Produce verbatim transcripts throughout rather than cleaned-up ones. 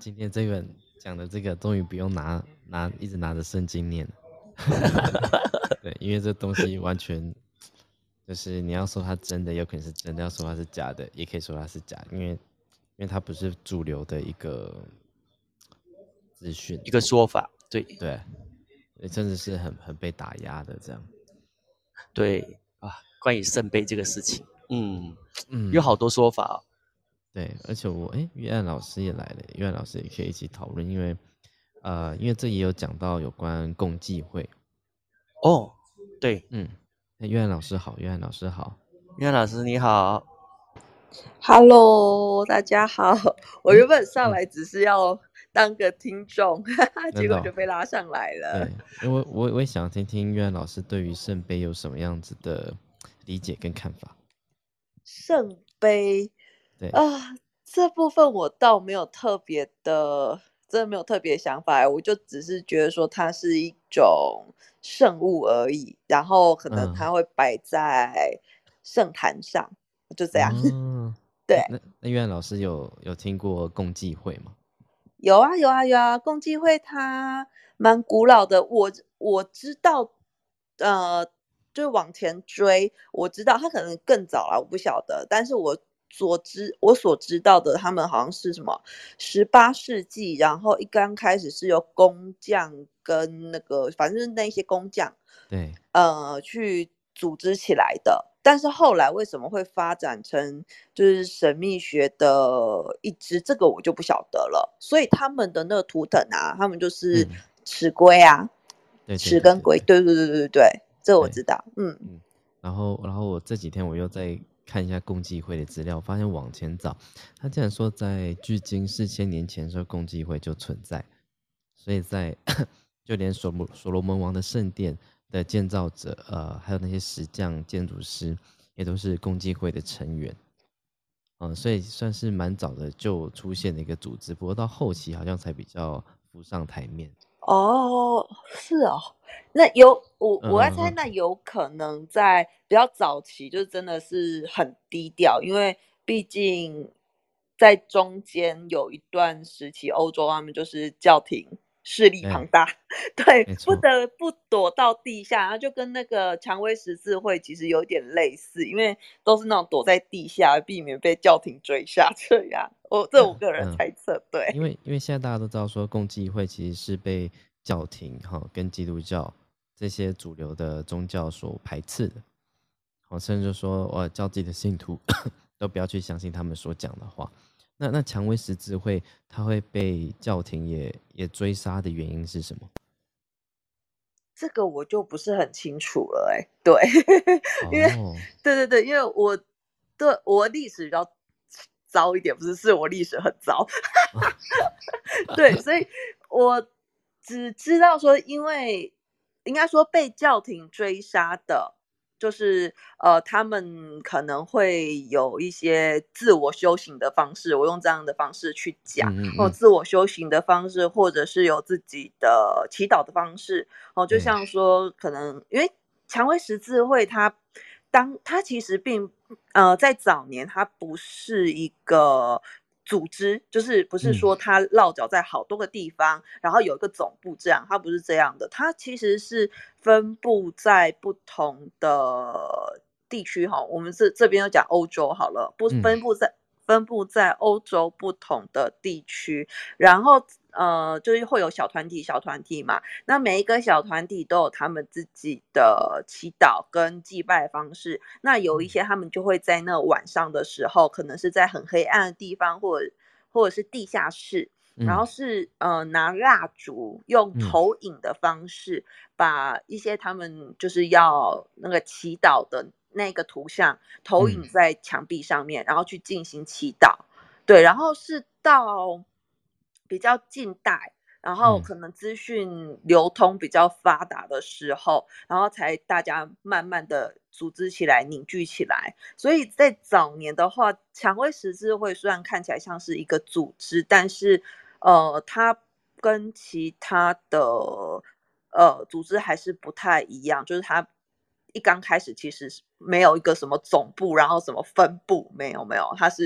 今天这个讲的这个，终于不用拿拿一直拿着圣经念了。对，因为这东西完全就是你要说它真的，有可能是真的；要说它是假的，也可以说它是假的，因为因为它不是主流的一个资讯， 一个说法，对对，真的是很很被打压的这样。 对啊，关于圣杯这个事情，嗯嗯， 有好多说法、哦。 对，而且我哎，约翰老师也来了，约翰老师也可以一起讨论，因为呃，因为这也有讲到有关共济会。 哦，对， 嗯，那约翰老师好，约翰老师好， 约翰老师你好。 Hello，大家好。我原本上来只是要当个听众， 嗯、 结果就被拉上来了。 对，因为我我也想听听约翰老师对于圣杯有什么样子的理解跟看法。 圣杯， 对啊，这部分我倒没有特别的，真的没有特别想法，我就只是觉得说它是一种圣物而已，然后可能它会摆在圣坛上，嗯、就这样。 哦、 对， 那那约翰老师有有听过共济会吗？ 有啊有啊有啊，共济会它蛮古老的，我我知道，呃，就往前追，我知道它可能更早了，我不晓得，但是我所知我所知道的，他们好像是什么十八世纪，然后一刚开始是由工匠跟那个反正那些工匠， 对， 呃，去组织起来的。但是后来为什么会发展成就是神秘学的一支，这个我就不晓得了。所以他们的那个图腾啊，他们就是尺龟啊， 对， 尺跟龟，对对对对对对，这我知道。嗯嗯，然后然后我这几天我又在看一下共济会的资料，发现往前找，他竟然说在距今四千年前的时候，共济会就存在，所以在就连所罗所罗门王的圣殿的建造者，呃，还有那些石匠、建筑师，也都是共济会的成员，嗯、呃，所以算是蛮早的就出现的一个组织，不过到后期好像才比较浮上台面。 哦，是哦，那有我嗯我在猜，那有可能在比较早期，就是真的是很低调，因为毕竟在中间有一段时期，欧洲他们就是教廷势力庞大，对，不得不躲到地下，然后就跟那个蔷薇十字会其实有点类似，因为都是那种躲在地下，避免被教廷追杀这样。我这我个人猜测，嗯、对， 因为因为现在大家都知道说共济会其实是被教廷哈跟基督教这些主流的宗教所排斥的，好，甚至就说我叫自己的信徒都不要去相信他们所讲的话。那那蔷薇十字会它会被教廷也也追杀的原因是什么？ 这个我就不是很清楚了、欸，哎，对，因为、oh. 对对对，因为我对我历史比较糟一点，不是是我历史很糟，对，所以我只知道说，因为应该说被教廷追杀的。就是呃，他们可能会有一些自我修行的方式，我用这样的方式去讲， 嗯嗯嗯哦，自我修行的方式，或者是有自己的祈祷的方式，哦，就像说，可能因为蔷薇十字会它，当它其实并呃在早年它不是一个。组织就是不是说它落脚在好多个地方，嗯、然后有一个总部这样，它不是这样的，它其实是分布在不同的地区哈。我们这这边要讲欧洲好了，不分布在、嗯、分布在欧洲不同的地区，然后呃就是会有小团体小团体嘛，那每一个小团体都有他们自己的祈祷跟祭拜方式，那有一些他们就会在那晚上的时候，可能是在很黑暗的地方，或者或者是地下室，然后是呃拿蜡烛用投影的方式，把一些他们就是要那个祈祷的那个图像投影在墙壁上面，然后去进行祈祷。对，然后是到比较近代，然后可能资讯流通比较发达的时候，然后才大家慢慢的组织起来、凝聚起来。所以在早年的话，蔷薇十字会虽然看起来像是一个组织，但是呃，它跟其他的呃组织还是不太一样，就是它一刚开始其实没有一个什么总部，然后什么分部，没有没有，它是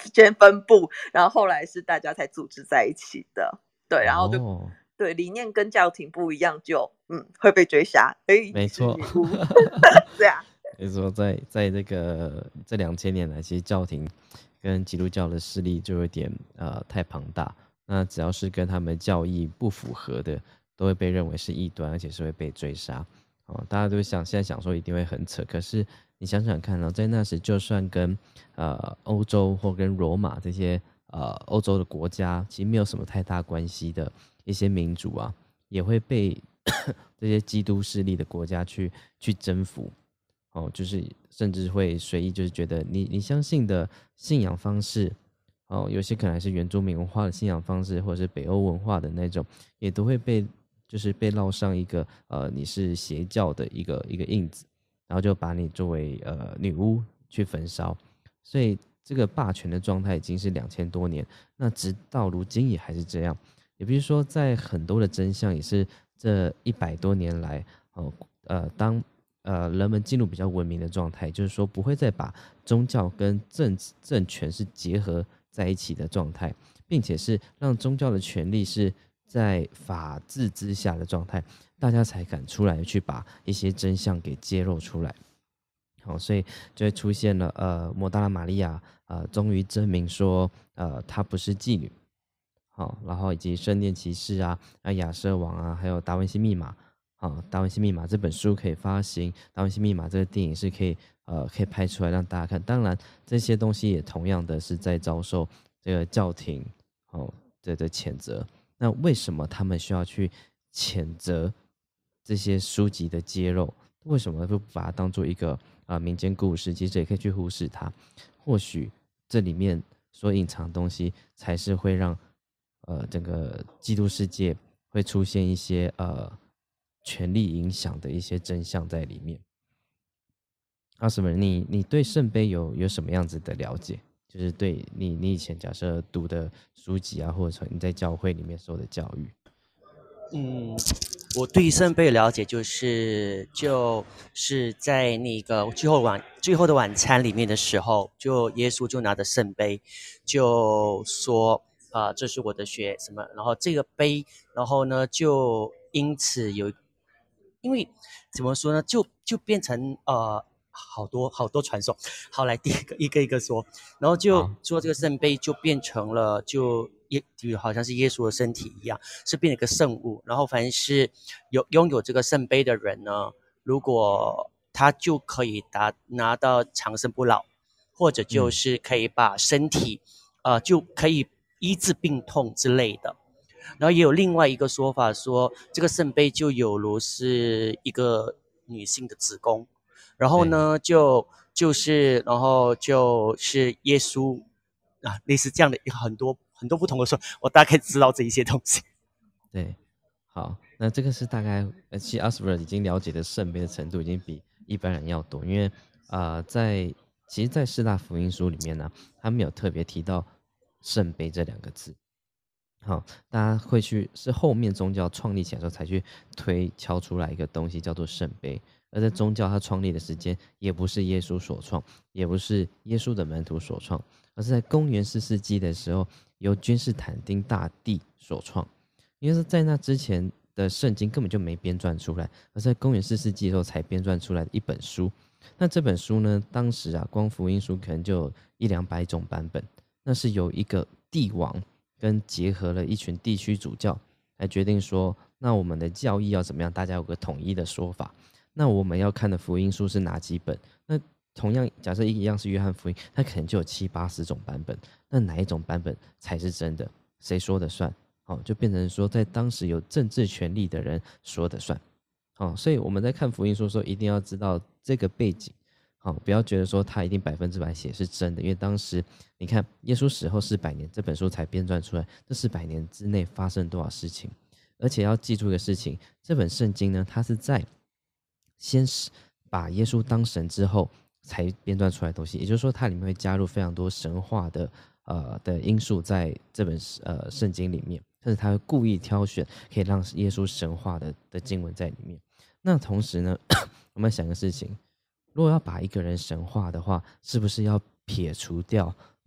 先分布，然后后来是大家才组织在一起的。对，然后就、 哦， 对理念跟教廷不一样就，嗯会被追杀。哎， 没错， 是女巫，对啊， 所以说在在这个这两千年来，其实教廷跟基督教的势力就有点呃太庞大。那只要是跟他们教义不符合的，都会被认为是异端，而且是会被追杀。哦，大家都想现在想说一定会很扯，可是你想想看哦，在那时就算跟呃欧洲或跟罗马这些呃欧洲的国家其实没有什么太大关系的一些民族啊，也会被这些基督势力的国家去去征服。哦，就是甚至会随意就是觉得你你相信的信仰方式，哦，有些可能还是原住民文化的信仰方式，或者是北欧文化的那种，也都会被就是被烙上一个呃你是邪教的一个一个印子，然后就把你作为呃女巫去焚烧，所以这个霸权的状态已经是两千多年，那直到如今也还是这样。也比如说，在很多的真相也是这一百多年来，哦呃当呃人们进入比较文明的状态，就是说不会再把宗教跟政治政权是结合在一起的状态，并且是让宗教的权利是在法治之下的状态，大家才敢出来去把一些真相给揭露出来。好，所以就会出现了呃，摩达拉玛利亚呃，终于证明说呃，她不是妓女。好，然后以及圣殿骑士啊、啊亚瑟王啊，还有达文西密码。好，达文西密码这本书可以发行，达文西密码这个电影是可以呃可以拍出来让大家看。当然，这些东西也同样的是在遭受这个教廷哦的的谴责。那为什么他们需要去谴责这些书籍的揭露？为什么不把它当做一个啊、呃、民间故事？其实也可以去忽视它。或许这里面所隐藏的东西，才是会让呃整个基督世界会出现一些呃权力影响的一些真相在里面。阿什么？你你对圣杯有有什么样子的了解？就是对你你以前假设读的书籍啊，或者说你在教会里面受的教育。 嗯，我对圣杯的了解就是就是在那个最后晚最后的晚餐里面的时候，就耶稣就拿着圣杯，就说啊、呃这是我的血什么，然后这个杯，然后呢就因此有，因为怎么说呢，就就变成呃好多好多传说，好来第一个一个一个说，然后就好， 说这个圣杯就变成了就耶就好像是耶稣的身体一样，是变成一个圣物，然后凡是有拥有这个圣杯的人呢，如果他就可以达拿到长生不老，或者就嗯， 是可以把身体呃就可以医治病痛之类的。然后也有另外一个说法说，这个圣杯就有如是一个女性的子宫，然后对呢，就就是然后就是耶稣啊，类似这样的很多很多不同的说，我大概知道这一些东西。 对，好，那这个是大概，呃，其实阿斯伯已经了解的圣杯的程度已经比一般人要多，因为啊、呃在其实，在四大福音书里面呢、他没有特别提到圣杯这两个字。好，大家会去是后面宗教创立起来的时候才去推敲出来一个东西叫做圣杯，而在宗教它创立的时间也不是耶稣所创，也不是耶稣的门徒所创，而是在公元四世纪的时候由君士坦丁大帝所创。因为是在那之前的圣经根本就没编撰出来，而是在公元四世纪的时候才编撰出来的一本书。那这本书呢，当时啊，光福音书可能就有一两百种版本，那是由一个帝王跟结合了一群地区主教来决定说，那我们的教义要怎么样，大家有个统一的说法。那我们要看的福音书是哪几本？那同样，假设一样是约翰福音，它可能就有七八十种版本。那哪一种版本才是真的？谁说的算？哦，就变成说，在当时有政治权力的人说的算。哦，所以我们在看福音书的时候，一定要知道这个背景。好、不要觉得说他一定百分之百写是真的，因为当时你看耶稣死后四百年，这本书才编撰出来，这四百年之内发生多少事情？而且要记住一个事情，这本圣经呢，它是在先把耶稣当神之后才编撰出来的东西，也就是说，它里面会加入非常多神话的呃的因素在这本呃圣经里面，但是他会故意挑选可以让耶稣神话的的经文在里面。那同时呢，我们想个事情。如果要把一个人神化的话，是不是要撇除掉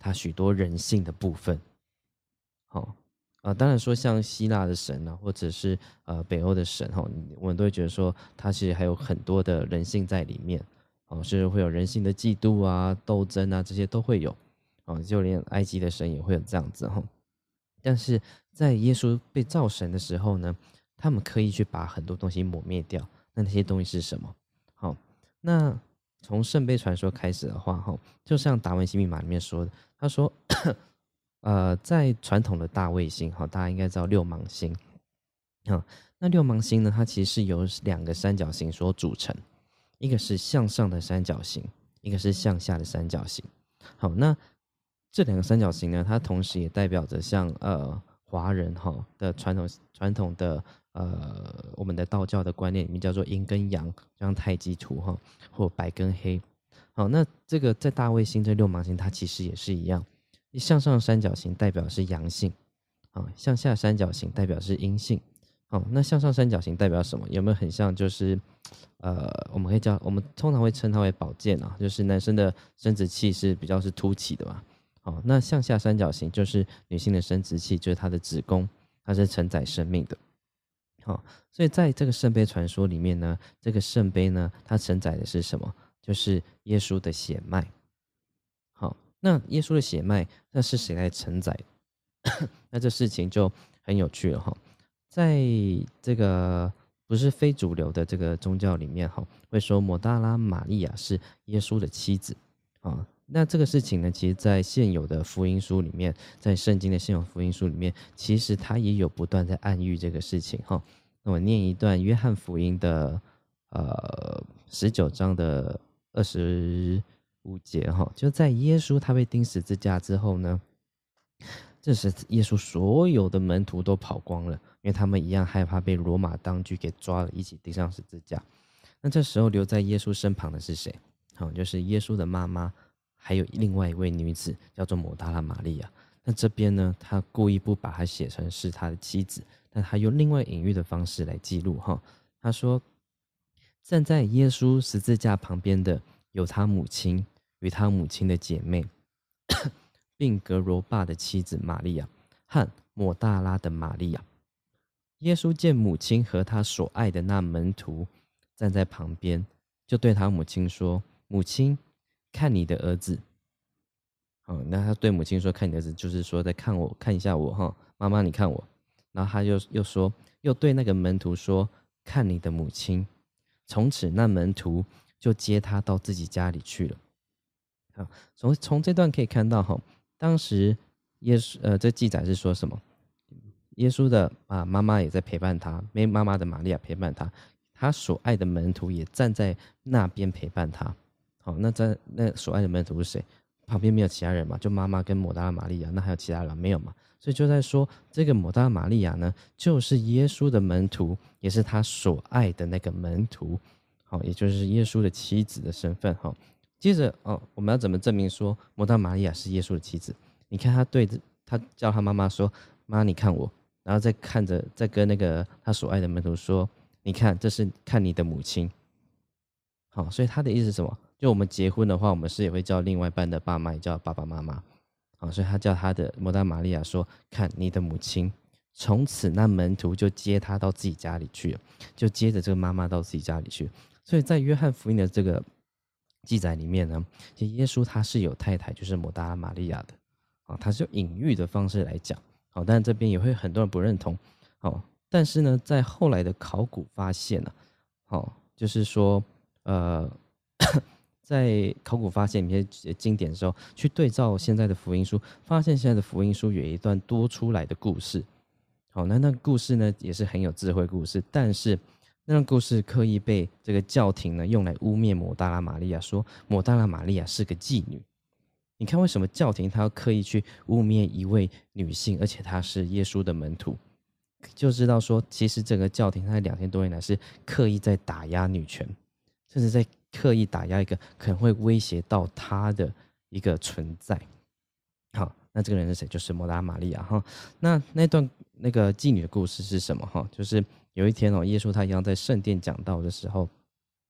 他许多人性的部分。好、哦，呃，当然说像希腊的神啊，或者是呃北欧的神哈、哦，我们都会觉得说他其实还有很多的人性在里面。哦，是会有人性的嫉妒啊、斗争啊，这些都会有。哦，就连埃及的神也会有这样子哈、哦。但是在耶稣被造神的时候呢，他们刻意去把很多东西抹灭掉。那那些东西是什么？好、哦，那从圣杯传说开始的话，哈，就像达文西密码里面说的，他说，呃，在传统的大卫星，哈，大家应该知道六芒星，啊，那六芒星呢，它其实是由两个三角形所组成，一个是向上的三角形，一个是向下的三角形。好，那这两个三角形呢，它同时也代表着像呃华人哈、哦、的传统传统的呃我们的道教的观念里面叫做阴跟阳，像太极图哈、哦、或白跟黑。好，那这个在大卫星这六芒星它其实也是一样，向上三角形代表是阳性，啊，向下三角形代表是阴性。好，那向上三角形代表什么？有没有很像就是呃我们可以叫我们通常会称它为宝剑啊，就是男生的生殖器是比较是凸起的嘛。好，那向下三角形就是女性的生殖器，就是她的子宫，它是承载生命的。好，所以在这个圣杯传说里面呢，这个圣杯呢，它承载的是什么？就是耶稣的血脉。好，那耶稣的血脉，那是谁来承载？那这事情就很有趣了哈。在这个不是非主流的这个宗教里面哈，会说抹大拉玛利亚是耶稣的妻子啊。那这个事情呢，其实在现有的福音书里面，在圣经的现有福音书里面，其实它也有不断在暗喻这个事情哈。那我念一段约翰福音的呃十九章的二十五节哈，就在耶稣他被钉十字架之后呢，这时耶稣所有的门徒都跑光了，因为他们一样害怕被罗马当局给抓了，一起钉上十字架。那这时候留在耶稣身旁的是谁？好，就是耶稣的妈妈。还有另外一位女子叫做抹大拉玛利亚。那这边呢，他故意不把她写成是他的妻子，但他用另外隐喻的方式来记录哈。他说，站在耶稣十字架旁边的有他母亲与他母亲的姐妹，并格罗巴的妻子玛利亚和抹大拉的玛利亚。耶稣见母亲和他所爱的那门徒站在旁边，就对他母亲说：“母亲。”看你的儿子。好，那他对母亲说看你的儿子，就是说在看我，看一下我哈，妈妈你看我。然后他又又说，又对那个门徒说看你的母亲。从此那门徒就接他到自己家里去了。好，从从这段可以看到哈，当时耶稣呃这记载是说什么？耶稣的啊妈妈也在陪伴他，没妈妈的玛利亚陪伴他，他所爱的门徒也站在那边陪伴他。好，那在那所爱的门徒是谁？旁边没有其他人嘛，就妈妈跟抹大拉玛利亚，那还有其他人没有嘛？所以就在说这个抹大拉玛利亚呢，就是耶稣的门徒，也是他所爱的那个门徒，好，也就是耶稣的妻子的身份哈。接着哦，我们要怎么证明说抹大拉玛利亚是耶稣的妻子？你看他对着他叫他妈妈说：“妈，你看我。”然后再看着，再跟那个他所爱的门徒说：“你看，这是看你的母亲。”好，所以他的意思是什么？就我们结婚的话，我们是也会叫另外一半的爸妈也叫爸爸妈妈。好，所以他叫他的抹大拉玛利亚说：“看你的母亲。”从此那门徒就接他到自己家里去了，就接着这个妈妈到自己家里去。所以在约翰福音的这个记载里面呢，其实耶稣他是有太太，就是抹大拉玛利亚的。好，他是用隐喻的方式来讲。好，但这边也会很多人不认同。好，但是呢，在后来的考古发现呢、啊，好，就是说。呃，在考古发现一些经典的时候，去对照现在的福音书，发现现在的福音书有一段多出来的故事。好，那那个故事呢，也是很有智慧故事，但是那段故事刻意被这个教廷呢用来污蔑抹大拉玛利亚，说抹大拉玛利亚是个妓女。你看为什么教廷他要刻意去污蔑一位女性，而且她是耶稣的门徒，就知道说，其实整个教廷它在两千多年来是刻意在打压女权。甚至在刻意打压一个可能会威胁到他的一个存在。好，那这个人是谁？就是抹大拉玛利亚哈。那那段那个妓女的故事是什么哈？就是有一天哦，耶稣他一样在圣殿讲道的时候，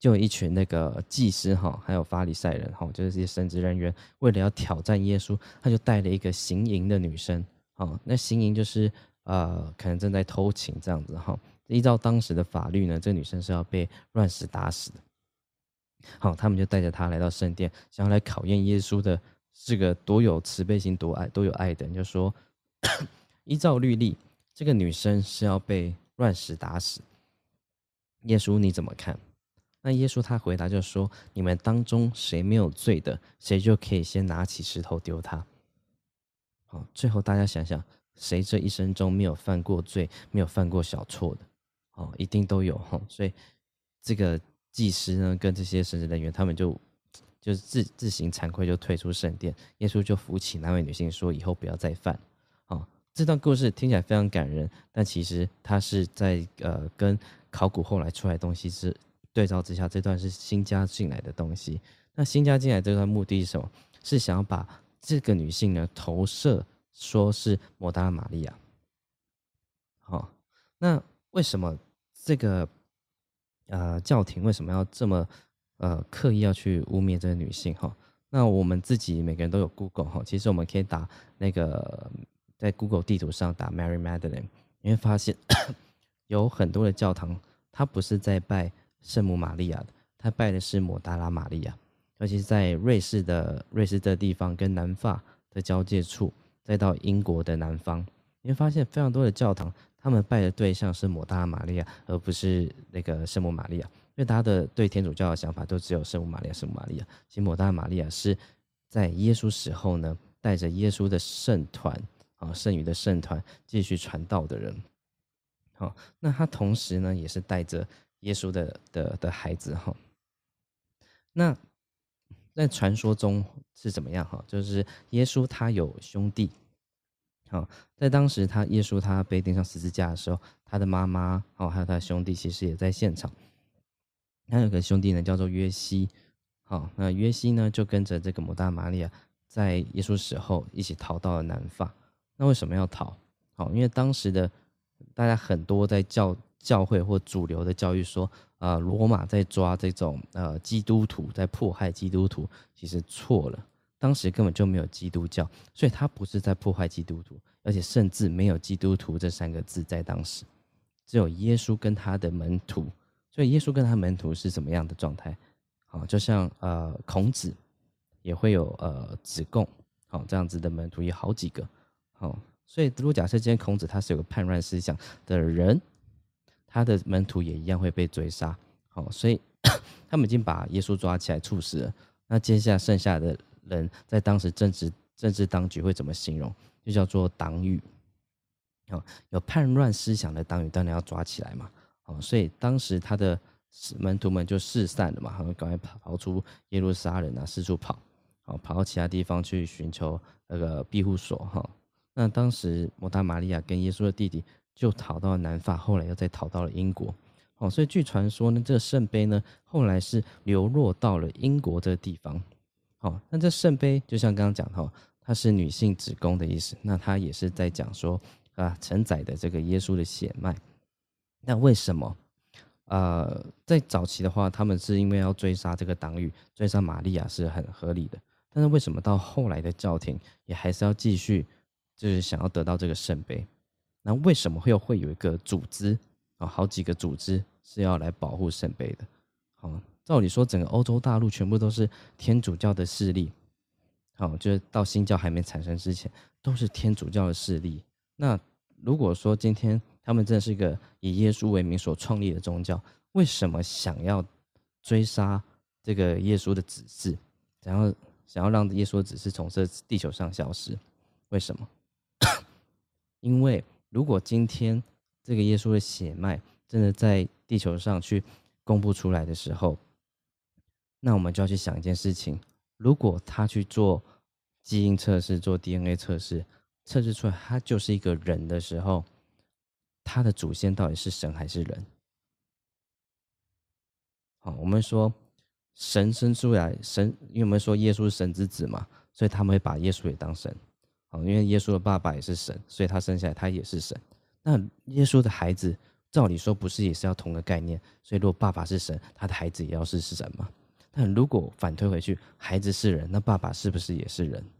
就有一群那个祭司哈，还有法利赛人哈，就是这些神职人员，为了要挑战耶稣，他就带了一个行淫的女生，哦，那行淫就是呃，可能正在偷情这样子哈。依照当时的法律呢，这女生是要被乱石打死的。好，他们就带着她来到圣殿，想要来考验耶稣的这个多有慈悲心、多爱、多有爱的人，就说依照律例，这个女生是要被乱石打死。耶稣你怎么看？那耶稣他回答就说：你们当中谁没有罪的，谁就可以先拿起石头丢他。好，最后大家想想，谁这一生中没有犯过罪，没有犯过小错的？哦，一定都有哈。所以这个祭司呢，跟这些神职人员，他们就就自自行惭愧，就退出圣殿。耶稣就扶起那位女性说：以后不要再犯。哦，这段故事听起来非常感人，但其实它是在呃跟考古后来出来的东西是对照之下，这段是新加进来的东西。那新加进来这段目的是什么？是想要把这个女性呢投射说是抹大拉玛利亚。好、哦，那为什么这个呃教廷为什么要这么呃刻意要去污蔑这个女性？哈、哦，那我们自己每个人都有 Google 哈、哦，其实我们可以打那个在 Google 地图上打 Mary Magdalene， 你会发现有很多的教堂，它不是在拜圣母玛利亚的，他拜的是抹大拉玛利亚，尤其是在瑞士的瑞士这地方跟南法的交界处，再到英国的南方，你会发现非常多的教堂，他们拜的对象是抹大拉玛利亚，而不是那个圣母玛利亚。因为大家的对天主教的想法都只有圣母玛利亚，圣母玛利亚。其实抹大拉玛利亚是在耶稣死后呢，带着耶稣的圣团啊，剩余的圣团继续传道的人。好，那他同时呢，也是带着耶稣的的的孩子哈。那在传说中是怎么样哈？就是耶稣他有兄弟，好，在当时他耶稣他被钉上十字架的时候，他的妈妈哦还有他的兄弟其实也在现场。他有个兄弟呢叫做约西，好，那约西呢就跟着这个抹大拉玛利亚在耶稣死后一起逃到了南法。那为什么要逃？好，因为当时的大家很多在教教会或主流的教育说，呃，罗马在抓这种呃基督徒，在迫害基督徒，其实错了。当时根本就没有基督教，所以他不是在迫害基督徒，而且甚至没有基督徒这三个字在当时，只有耶稣跟他的门徒。所以耶稣跟他门徒是什么样的状态？好，就像呃孔子也会有呃子贡，好，这样子的门徒有好几个，好。所以如果假设今天孔子他是有个叛乱思想的人，他的门徒也一样会被追杀。好，所以他们已经把耶稣抓起来处死了。那接下来剩下的人在当时政治政治当局会怎么形容？就叫做党羽。好，有叛乱思想的党羽当然要抓起来嘛。好，所以当时他的门徒们就四散了嘛，他们赶快跑出耶路撒冷啊，四处跑，好，跑到其他地方去寻求那个庇护所哈。那当时抹大玛利亚跟耶稣的弟弟就逃到了南法，后来又再逃到了英国。哦，所以据传说呢，这个圣杯呢后来是流落到了英国这个地方。好，那这圣杯就像刚刚讲的，它是女性子宫的意思，那它也是在讲说啊，承载的这个耶稣的血脉。那为什么？呃，在早期的话，他们是因为要追杀这个党羽，追杀玛利亚是很合理的。但是为什么到后来的教廷也还是要继续？就是想要得到这个圣杯，那为什么会有会有一个组织啊、哦，好几个组织是要来保护圣杯的？好、哦，照理说整个欧洲大陆全部都是天主教的势力，好、哦，就是到新教还没产生之前，都是天主教的势力。那如果说今天他们真的是一个以耶稣为名所创立的宗教，为什么想要追杀这个耶稣的指示，想要想要让耶稣的指示从这地球上消失？为什么？因为如果今天这个耶稣的血脉真的在地球上去公布出来的时候，那我们就要去想一件事情：如果他去做基因测试、做 D N A 测试，测试出来他就是一个人的时候，他的祖先到底是神还是人？好，我们说神生出来，神，因为我们说耶稣是神之子嘛，所以他们会把耶稣也当神。因为耶稣的爸爸也是神，所以他生下来他也是神。那耶稣的孩子照理说不是也是要同个概念？所以如果爸爸是神，他的孩子也要是神嘛？但如果反推回去，孩子是人，那爸爸是不是也是人？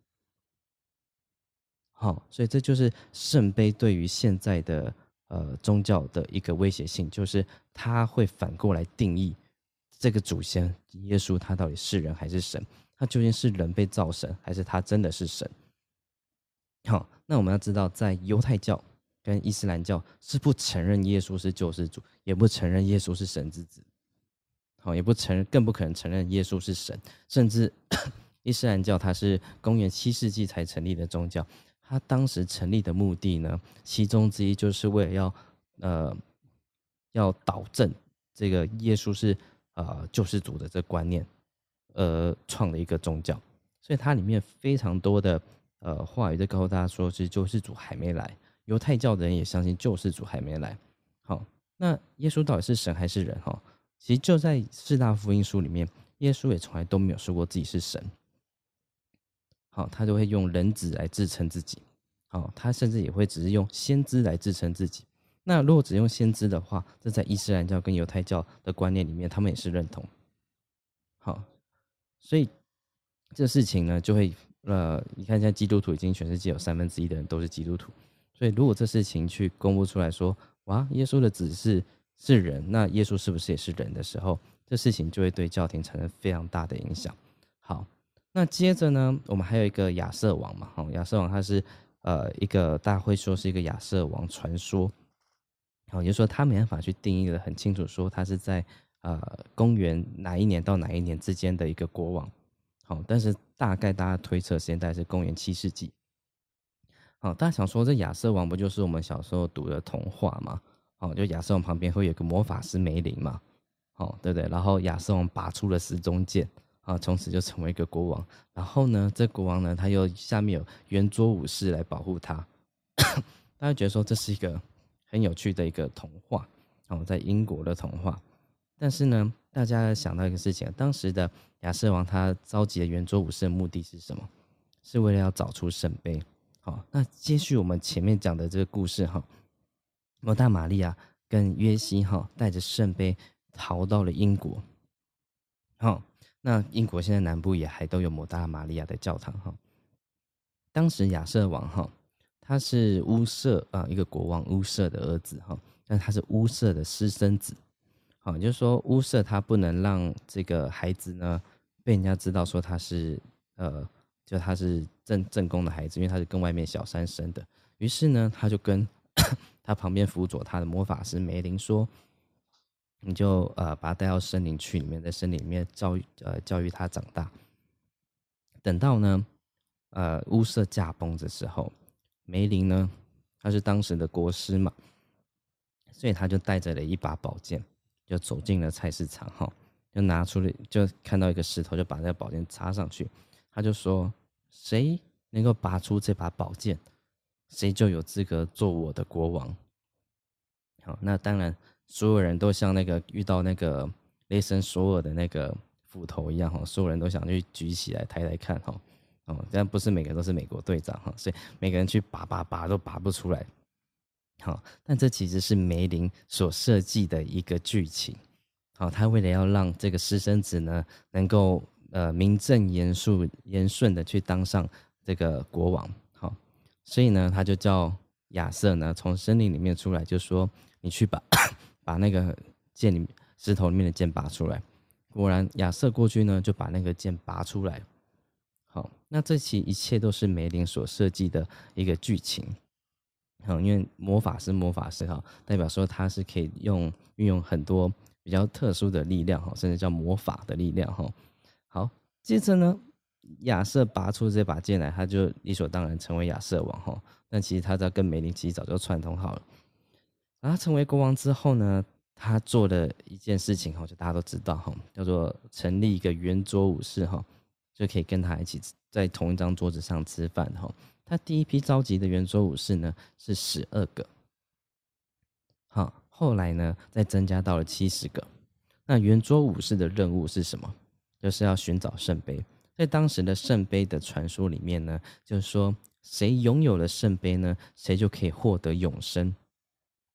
好、哦，所以这就是圣杯对于现在的呃宗教的一个威胁性，就是他会反过来定义这个祖先耶稣他到底是人还是神，他究竟是人被造神，还是他真的是神？好、哦，那我们要知道，在犹太教跟伊斯兰教是不承认耶稣是救世主，也不承认耶稣是神之子，好、哦，也不承认，更不可能承认耶稣是神，甚至伊斯兰教它是公元七世纪才成立的宗教。他当时成立的目的呢，其中之一就是为了要，呃，要导正这个耶稣是呃救世主的这个观念，而创了一个宗教。所以它里面非常多的呃话语在告诉大家说，其实救世主还没来。犹太教的人也相信救世主还没来。好，那耶稣到底是神还是人？哈，其实就在四大福音书里面，耶稣也从来都没有说过自己是神。好，他就会用人子来自称自己。好，他甚至也会只是用先知来自称自己。那如果只用先知的话，这在伊斯兰教跟犹太教的观念里面，他们也是认同。好，所以这事情呢，就会呃，你看现在基督徒已经全世界有三分之一的人都是基督徒，所以如果这事情去公布出来说，哇，耶稣的子是是人，那耶稣是不是也是人的时候，这事情就会对教廷产生非常大的影响。好。那接着呢，我们还有一个亚瑟王嘛，哈，亚瑟王他是呃一个大家会说是一个亚瑟王传说，好，也就是说他没办法去定义的很清楚，说他是在呃公元哪一年到哪一年之间的一个国王，好，但是大概大家推测时间大概是公元七世纪，好，大家想说这亚瑟王不就是我们小时候读的童话吗？好，就亚瑟王旁边会有个魔法师梅林嘛，好，对不对？然后亚瑟王拔出了时钟剑。啊，从此就成为一个国王。然后呢，这国王呢，他又下面有圆桌武士来保护他。大家觉得说这是一个很有趣的一个童话哦，在英国的童话。但是呢，大家想到一个事情，当时的亚瑟王他召集的圆桌武士的目的是什么？是为了要找出圣杯。好，那接续我们前面讲的这个故事哈，摩大玛利亚跟约西哈带着圣杯逃到了英国。好。那英国现在南部也还都有摩大玛利亚的教堂哈。当时亚瑟王哈，他是乌瑟啊一个国王乌瑟的儿子哈，但他是乌瑟的私生子，好，就是说乌瑟他不能让这个孩子呢被人家知道说他是呃，就他是正正宫的孩子，因为他是跟外面小三生的。于是呢，他就跟他旁边辅佐他的魔法师梅林说。你就呃把他带到森林区里面，在森林里面教育呃教育他长大。等到呢呃乌瑟驾崩的时候，梅林呢他是当时的国师嘛，所以他就带着了一把宝剑，就走进了菜市场哈，就拿出了就看到一个石头，就把那个宝剑插上去。他就说：谁能够拔出这把宝剑，谁就有资格做我的国王。好，那当然。所有人都像那个遇到那个雷神索尔的那个斧头一样哈，所有人都想去举起来抬抬看哈，哦，但不是每个人都是美国队长哈，所以每个人去拔拔拔都拔不出来。好，但这其实是梅林所设计的一个剧情。好，他为了要让这个私生子呢能够呃名正言顺言顺的去当上这个国王，好，所以呢他就叫亚瑟呢从森林里面出来，就说你去把。把那个剑里石头里面的剑拔出来，果然亚瑟过去呢，就把那个剑拔出来。好，那这其一切都是梅林所设计的一个剧情。好，因为魔法是魔法师哈，代表说他是可以用运用很多比较特殊的力量哈，甚至叫魔法的力量哈。好，接着呢，亚瑟拔出这把剑来，他就理所当然成为亚瑟王哈。但其实他在跟梅林其实早就串通好了。然后他成为国王之后呢，他做了一件事情就大家都知道哈，叫做成立一个圆桌武士哈，就可以跟他一起在同一张桌子上吃饭哈。他第一批召集的圆桌武士呢是十二个，好，后来呢再增加到了七十个。那圆桌武士的任务是什么？就是要寻找圣杯。在当时的圣杯的传说里面呢，就是说谁拥有了圣杯呢，谁就可以获得永生。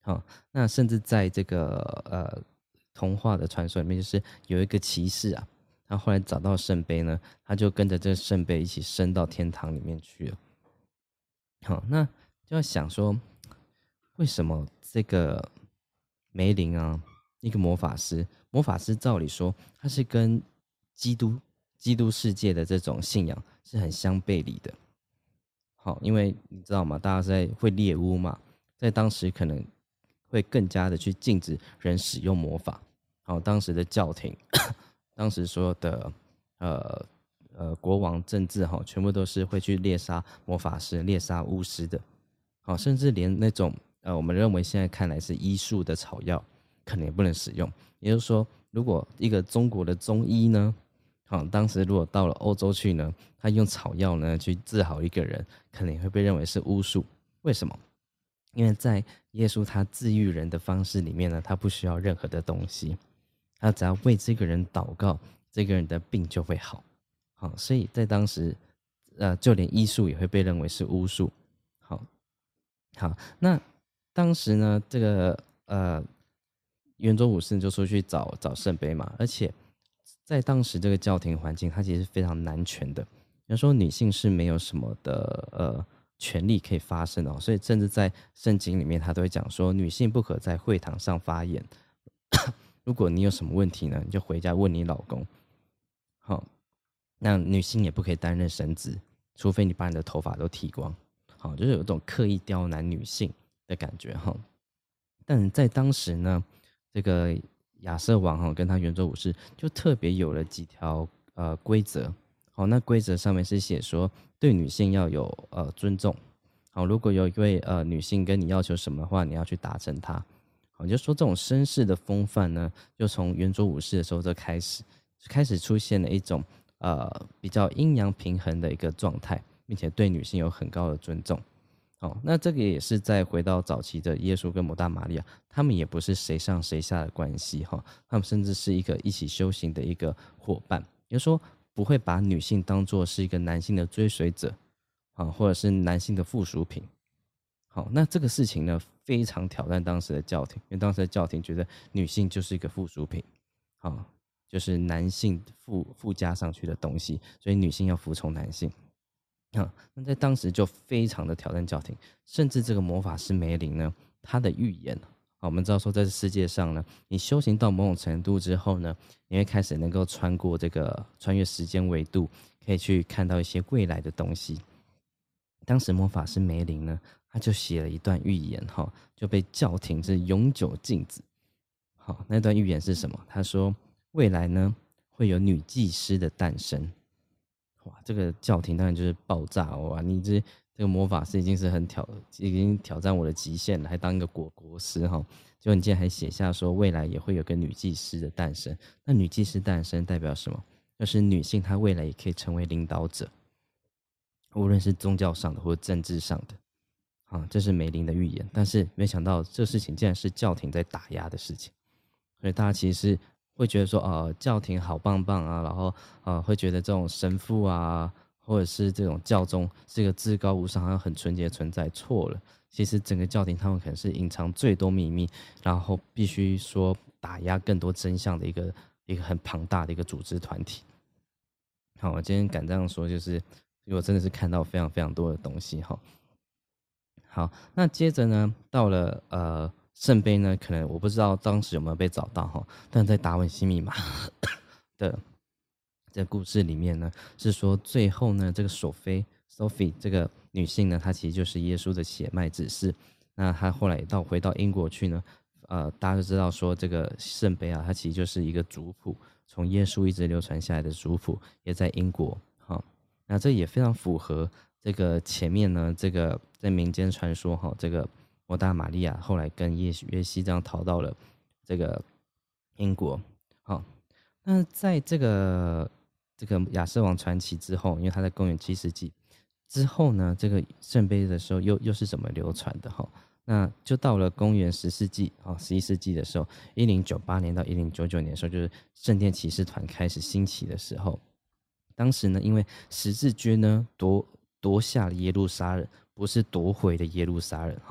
好，那甚至在这个呃童话的传说里面，就是有一个骑士啊，他后来找到圣杯呢，他就跟着这个圣杯一起升到天堂里面去了。好，那就要想说，为什么这个梅林啊，一个魔法师，魔法师照理说他是跟基督基督世界的这种信仰是很相背离的。好，因为你知道吗？大家在会猎巫嘛，在当时可能会更加的去禁止人使用魔法。好，当时的教廷，当时所有的呃呃国王政治哈，全部都是会去猎杀魔法师、猎杀巫师的。好，甚至连那种呃我们认为现在看来是医术的草药，可能也不能使用。也就是说，如果一个中国的中医呢，好，当时如果到了欧洲去呢，他用草药呢去治好一个人，可能也会被认为是巫术。为什么？因为在耶稣他治愈人的方式里面呢，他不需要任何的东西，他只要为这个人祷告，这个人的病就会好。好，所以在当时，呃，就连医术也会被认为是巫术。好，好，那当时呢，这个呃，圆桌武士就出去找找圣杯嘛，而且在当时这个教廷环境，它其实是非常男权的。比如说女性是没有什么的呃权利可以发声的、哦，所以甚至在圣经里面，他都会讲说，女性不可在会堂上发言。如果你有什么问题呢，你就回家问你老公。好，那女性也不可以担任神职，除非你把你的头发都剃光。好，就是有一种刻意刁难女性的感觉哈。但在当时呢，这个亚瑟王哈跟他圆桌武士就特别有了几条呃规则。好，那规则上面是写说，对女性要有呃尊重。好，如果有一位呃女性跟你要求什么的话，你要去达成它。好，就说这种绅士的风范呢，就从圆桌武士的时候就开始开始出现了一种呃比较阴阳平衡的一个状态，并且对女性有很高的尊重。好，那这个也是在回到早期的耶稣跟摩大玛利亚，他们也不是谁上谁下的关系哈，他们甚至是一个一起修行的一个伙伴，也就是说不会把女性当作是一个男性的追随者，啊，或者是男性的附属品。好，那这个事情呢，非常挑战当时的教廷，因为当时的教廷觉得女性就是一个附属品，好，就是男性附附加上去的东西，所以女性要服从男性。啊，那在当时就非常的挑战教廷，甚至这个魔法师梅林呢，他的预言，啊，我们知道说在这世界上呢，你修行到某种程度之后呢，你会开始能够穿过这个穿越时间维度，可以去看到一些未来的东西。当时魔法师梅林呢，他就写了一段预言，哈，就被教廷是永久禁止。好，那段预言是什么？他说未来呢会有女祭司的诞生。哇，这个教廷当然就是爆炸哇！你这这个魔法师已经是很挑，已经挑战我的极限了，还当一个国国师哈。结果你竟然还写下说未来也会有个女祭司的诞生。那女祭司诞生代表什么？就是女性她未来也可以成为领导者，无论是宗教上的或者政治上的。啊，这是梅林的预言。但是没想到这事情竟然是教廷在打压的事情，所以大家其实是会觉得说，呃，教廷好棒棒啊，然后呃，会觉得这种神父啊，或者是这种教宗是一个至高无上、好像很纯洁的存在，错了。其实整个教廷他们可能是隐藏最多秘密，然后必须说打压更多真相的一个一个很庞大的一个组织团体。好，我今天敢这样说，就是我真的是看到非常非常多的东西哈。好，那接着呢，到了呃。圣杯呢，可能我不知道当时有没有被找到哈，但在达文西密码的这个故事里面呢，是说最后呢，这个索菲 Sophie 这个女性呢，她其实就是耶稣的血脉指示。那她后来到回到英国去呢，呃，大家都知道说这个圣杯啊，它其实就是一个族谱，从耶稣一直流传下来的族谱，也在英国。好，那这也非常符合这个前面呢，这个在民间传说哈，这个。摩大玛利亚后来跟耶约西这样逃到了这个英国。好，那在这个这个亚瑟王传奇之后，因为他在公元七世纪之后呢，这个圣杯的时候又又是怎么流传的哈？那就到了公元十世纪啊，十一世纪的时候，一零九八年到一零九九年的时候，就是圣殿骑士团开始兴起的时候。当时呢，因为十字军呢夺夺下了耶路撒冷，不是夺回的耶路撒冷哈。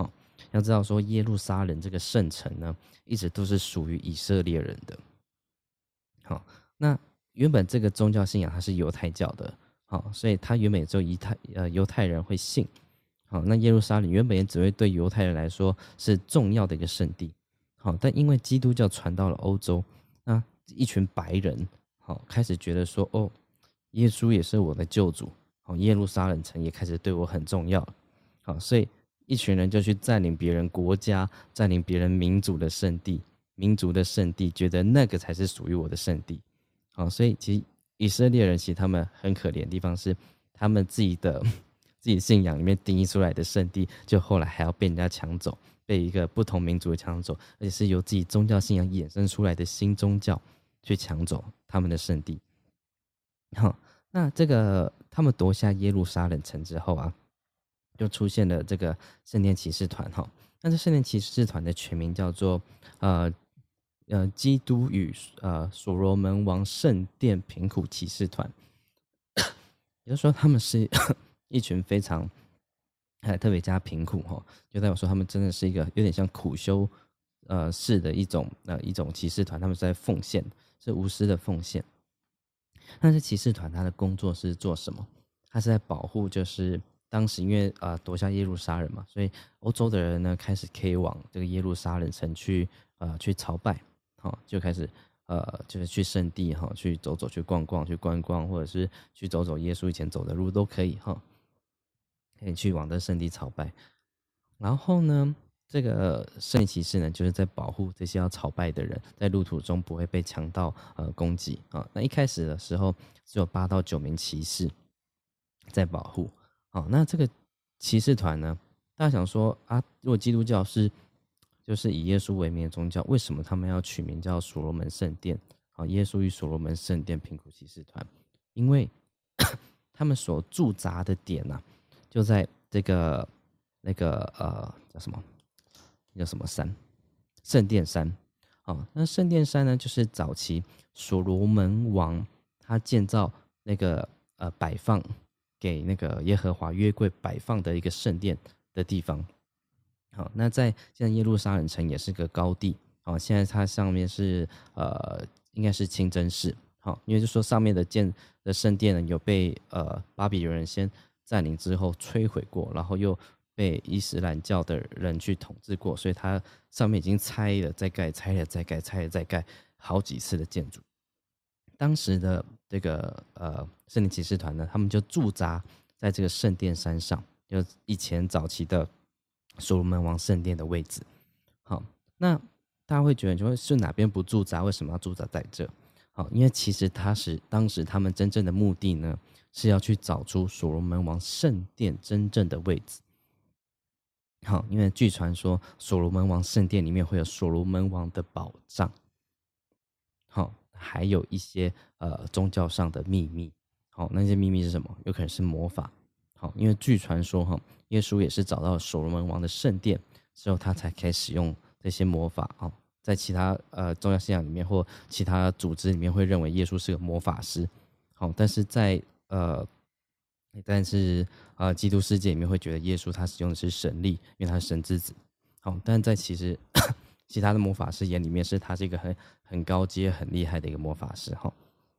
要知道说耶路撒冷这个圣城呢，一直都是属于以色列人的。好，那原本这个宗教信仰它是犹太教的，好，所以它原本只有犹太呃犹太人会信。好，那耶路撒冷原本也只会对犹太人来说是重要的一个圣地。好，但因为基督教传到了欧洲，那一群白人好开始觉得说，哦，耶稣也是我的救主。好，耶路撒冷城也开始对我很重要。好，所以一群人就去占领别人国家，占领别人民族的圣地，民族的圣地，觉得那个才是属于我的圣地。好，所以其实以色列人其实他们很可怜的地方是，他们自己的自己信仰里面定义出来的圣地，就后来还要被人家抢走，被一个不同民族的抢走，而且是由自己宗教信仰衍生出来的新宗教去抢走他们的圣地。好，那这个他们夺下耶路撒冷城之后啊，就出现了这个圣殿骑士团哈。那这圣殿骑士团的全名叫做呃呃基督与呃所罗门王圣殿贫苦骑士团，也就是说他们是一群非常还特别加贫苦哈，就代表说他们真的是一个有点像苦修呃式的一种呃一种骑士团，他们是在奉献，是无私的奉献。那这骑士团他的工作是做什么？他是在保护，就是当时因为呃夺下耶路撒冷嘛，所以欧洲的人呢开始可以往这个耶路撒冷城去呃去朝拜，好、哦、就开始呃就是去圣地哈、哦、去走走去逛逛去观光，或者是去走走耶稣以前走的路都可以哈、哦，可以去往这圣地朝拜。然后呢，这个圣骑士呢，就是在保护这些要朝拜的人，在路途中不会被强盗呃攻击啊。那一开始的时候只有八到九名骑士在保护。好，那这个骑士团呢，大家想说啊，如果基督教是就是以耶稣为名的宗教，为什么他们要取名叫所罗门圣殿？好，耶稣与所罗门圣殿贫苦骑士团，因为他们所驻扎的点呢、啊，就在这个那个呃叫什么？叫什么山？圣殿山。哦，那圣殿山呢，就是早期所罗门王他建造那个呃摆放给那个耶和华约柜摆放的一个圣殿的地方。好，那在现在耶路撒冷城也是个高地。好，现在它上面是呃应该是清真寺。好，因为就说上面的建的圣殿呢有被呃巴比伦人先占领之后摧毁过，然后又被伊斯兰教的人去统治过，所以它上面已经拆了再盖，拆了再盖，拆了再盖好几次的建筑。当时的这个呃圣殿骑士团呢，他们就驻扎在这个圣殿山上，就以前早期的所罗门王圣殿的位置。好，那大家会觉得，就会是哪边不驻扎，为什么要驻扎在这？好，因为其实他是当时他们真正的目的呢，是要去找出所罗门王圣殿真正的位置。好，因为据传说所罗门王圣殿里面会有所罗门王的宝藏，好，还有一些呃宗教上的秘密。好，那些秘密是什么？有可能是魔法。好，因为据传说哈，耶稣也是找到所罗门王的圣殿之后，他才可以使用这些魔法。哦，在其他呃宗教信仰里面或其他组织里面会认为耶稣是个魔法师。好，但是在呃。但是呃，基督世界里面会觉得耶稣他使用的是神力，因为他是神之子。好，但在其实其他的魔法师眼里面，是他是一个很很高阶、很厉害的一个魔法师。哈，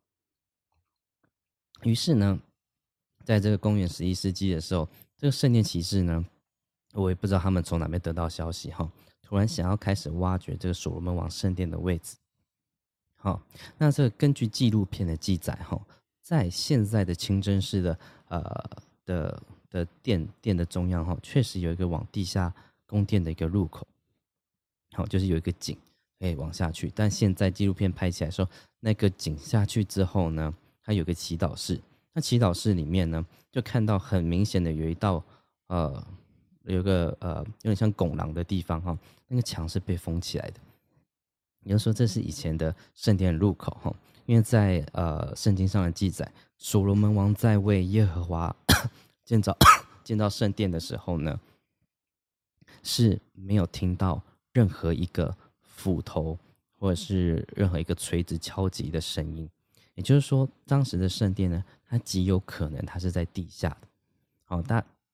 于是呢，在这个公元十一世纪的时候，这个圣殿骑士呢，我也不知道他们从哪边得到消息哈，突然想要开始挖掘这个所罗门王圣殿的位置。好，那这个根据纪录片的记载哈。在现在的清真寺的呃的的殿殿的中央哈，确实有一个往地下宫殿的一个入口，好，就是有一个井可以往下去。但现在纪录片拍起来说，那个井下去之后呢，它有个祈祷室。那祈祷室里面呢，就看到很明显的有一道呃有一个呃有点像拱廊的地方哈，那个墙是被封起来的。也就是说，这是以前的圣殿入口哈。因为在呃圣经上的记载，所罗门王在为耶和华建造建造圣殿的时候呢，是没有听到任何一个斧头或者是任何一个锤子敲击的声音。也就是说，当时的圣殿呢，它极有可能它是在地下的。好，大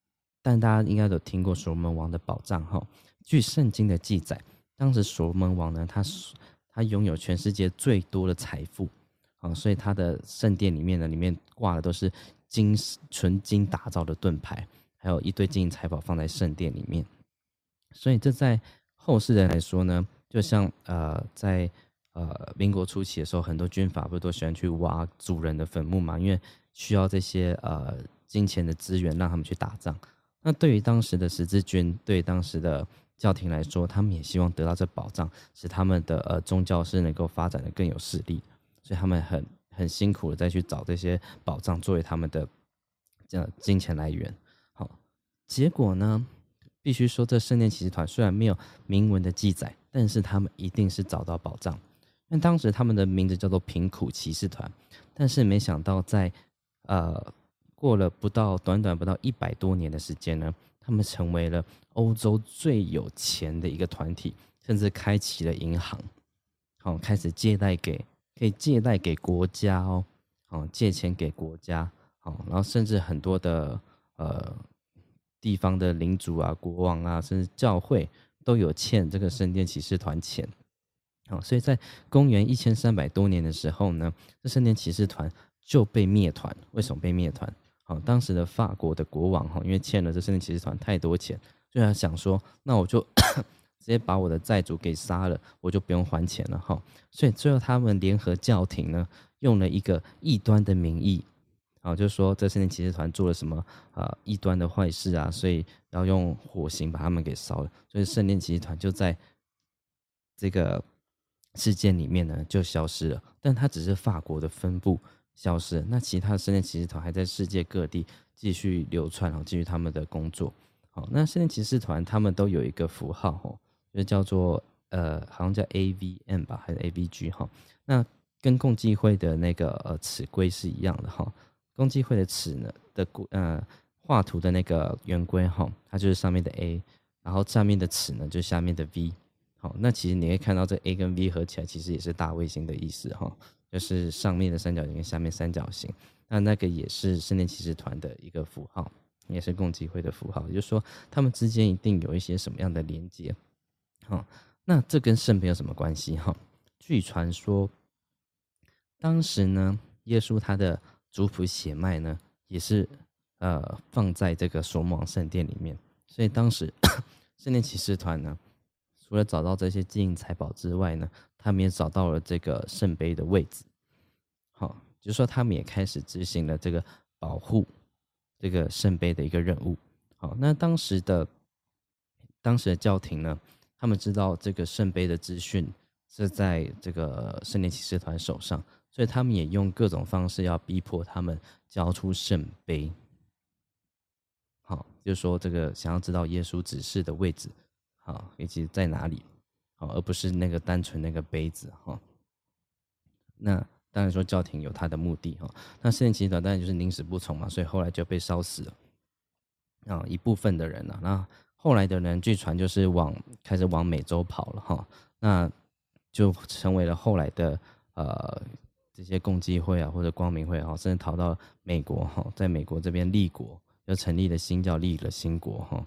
但大家应该都听过所罗门王的宝藏哈。据圣经的记载，当时所罗门王呢，他他拥有全世界最多的财富，啊，所以他的圣殿里面呢，里面挂的都是金纯金打造的盾牌，还有一堆金银财宝放在圣殿里面。所以这在后世人来说呢，就像呃在呃民国初期的时候，很多军阀不是都喜欢去挖族人的坟墓嘛，因为需要这些呃金钱的资源让他们去打仗。那对于当时的十字军，对于当时的教廷来说，他们也希望得到这宝藏，使他们的呃宗教是能够发展的更有势力，所以他们很很辛苦的再去找这些宝藏作为他们的这样金钱来源。好，结果呢，必须说这圣殿骑士团虽然没有明文的记载，但是他们一定是找到宝藏，因为当时他们的名字叫做贫苦骑士团，但是没想到在呃过了不到短短不到一百多年的时间呢，他们成为了欧洲最有钱的一个团体，甚至开启了银行，好、哦、开始借贷给可以借贷给国家哦，哦借钱给国家，哦，然后甚至很多的呃地方的领主啊、国王啊，甚至教会都有欠这个圣殿骑士团钱。好、哦，所以在公元一千三百多年的时候呢，这圣殿骑士团就被灭团。为什么被灭团？好、哦，当时的法国的国王哈，因为欠了这圣殿骑士团太多钱，所以他想说，那我就直接把我的债主给杀了，我就不用还钱了哈、哦。所以最后他们联合教廷呢，用了一个异端的名义，啊、哦，就是说这圣殿骑士团做了什么呃异端的坏事啊，所以要用火刑把他们给烧了。所以圣殿骑士团就在这个事件里面呢就消失了，但它只是法国的分部消失了，那其他的圣殿骑士团还在世界各地继续流窜，然后继续他们的工作。好，那圣殿骑士团他们都有一个符号哈，就叫做呃，好像叫 A V M 吧，还是 A V G 哈。那跟共济会的那个呃尺规是一样的哈。共济会的尺呢的呃画图的那个圆规哈，它就是上面的 A， 然后上面的尺呢就是下面的 V。好，那其实你可以看到这 A 跟 V 合起来，其实也是大卫星的意思哈，就是上面的三角形跟下面三角形。那那个也是圣殿骑士团的一个符号，也是共济会的符号，也就是说他们之间一定有一些什么样的连接。好，那这跟圣杯有什么关系哈？据传说，当时呢，耶稣他的族谱血脉呢，也是呃放在这个所罗门王圣殿里面，所以当时圣殿骑士团呢，除了找到这些金银财宝之外呢，他们也找到了这个圣杯的位置。好，就是说他们也开始执行了这个保护这个圣杯的一个任务。好，那当时的当时的教廷呢，他们知道这个圣杯的资讯是在这个圣殿骑士团手上，所以他们也用各种方式要逼迫他们交出圣杯。好，就是说这个想要知道耶稣指示的位置，好，以及在哪里，好，而不是那个单纯那个杯子哈。那当然说教廷有他的目的哈。那圣殿骑士团当然就是宁死不从嘛，所以后来就被烧死了。啊，一部分的人啊，那后来的人据传就是往开始往美洲跑了哈，那就成为了后来的呃这些共济会啊或者光明会啊，甚至逃到美国哈，在美国这边立国，就成立了新教，立了新国哈。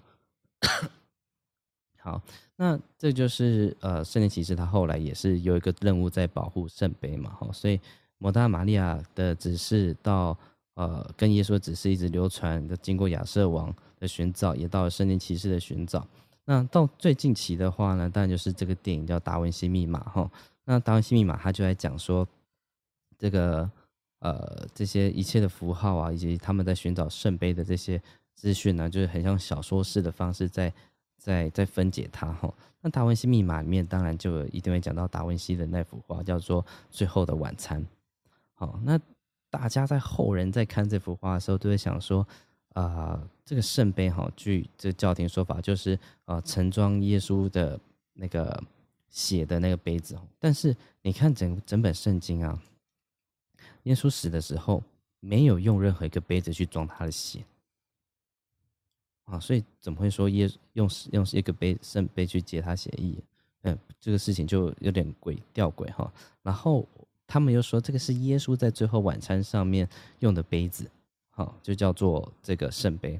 好，那这就是呃圣殿骑士他后来也是有一个任务在保护圣杯嘛哈，所以抹大玛利亚的指示到呃跟耶稣的指示一直流传，经过亚瑟王的寻找，也到了圣殿骑士的寻找。那到最近期的话呢，当然就是这个电影叫《达文西密码》哈。那《达文西密码》它就在讲说，这个呃这些一切的符号啊，以及他们在寻找圣杯的这些资讯呢，就是很像小说式的方式在在在分解它哈。那《达文西密码》里面当然就一定会讲到达文西的那幅画，叫做《最后的晚餐》。好，那大家在后人在看这幅画的时候，都会想说。啊、呃，这个圣杯哈，据这教廷说法，就是呃盛装耶稣的那个血的那个杯子。但是你看整整本圣经啊，耶稣死的时候没有用任何一个杯子去装他的血啊，所以怎么会说耶用用一个杯圣杯去解他血液？嗯，这个事情就有点诡吊诡哈。然后他们又说这个是耶稣在最后晚餐上面用的杯子。好，就叫做这个圣杯。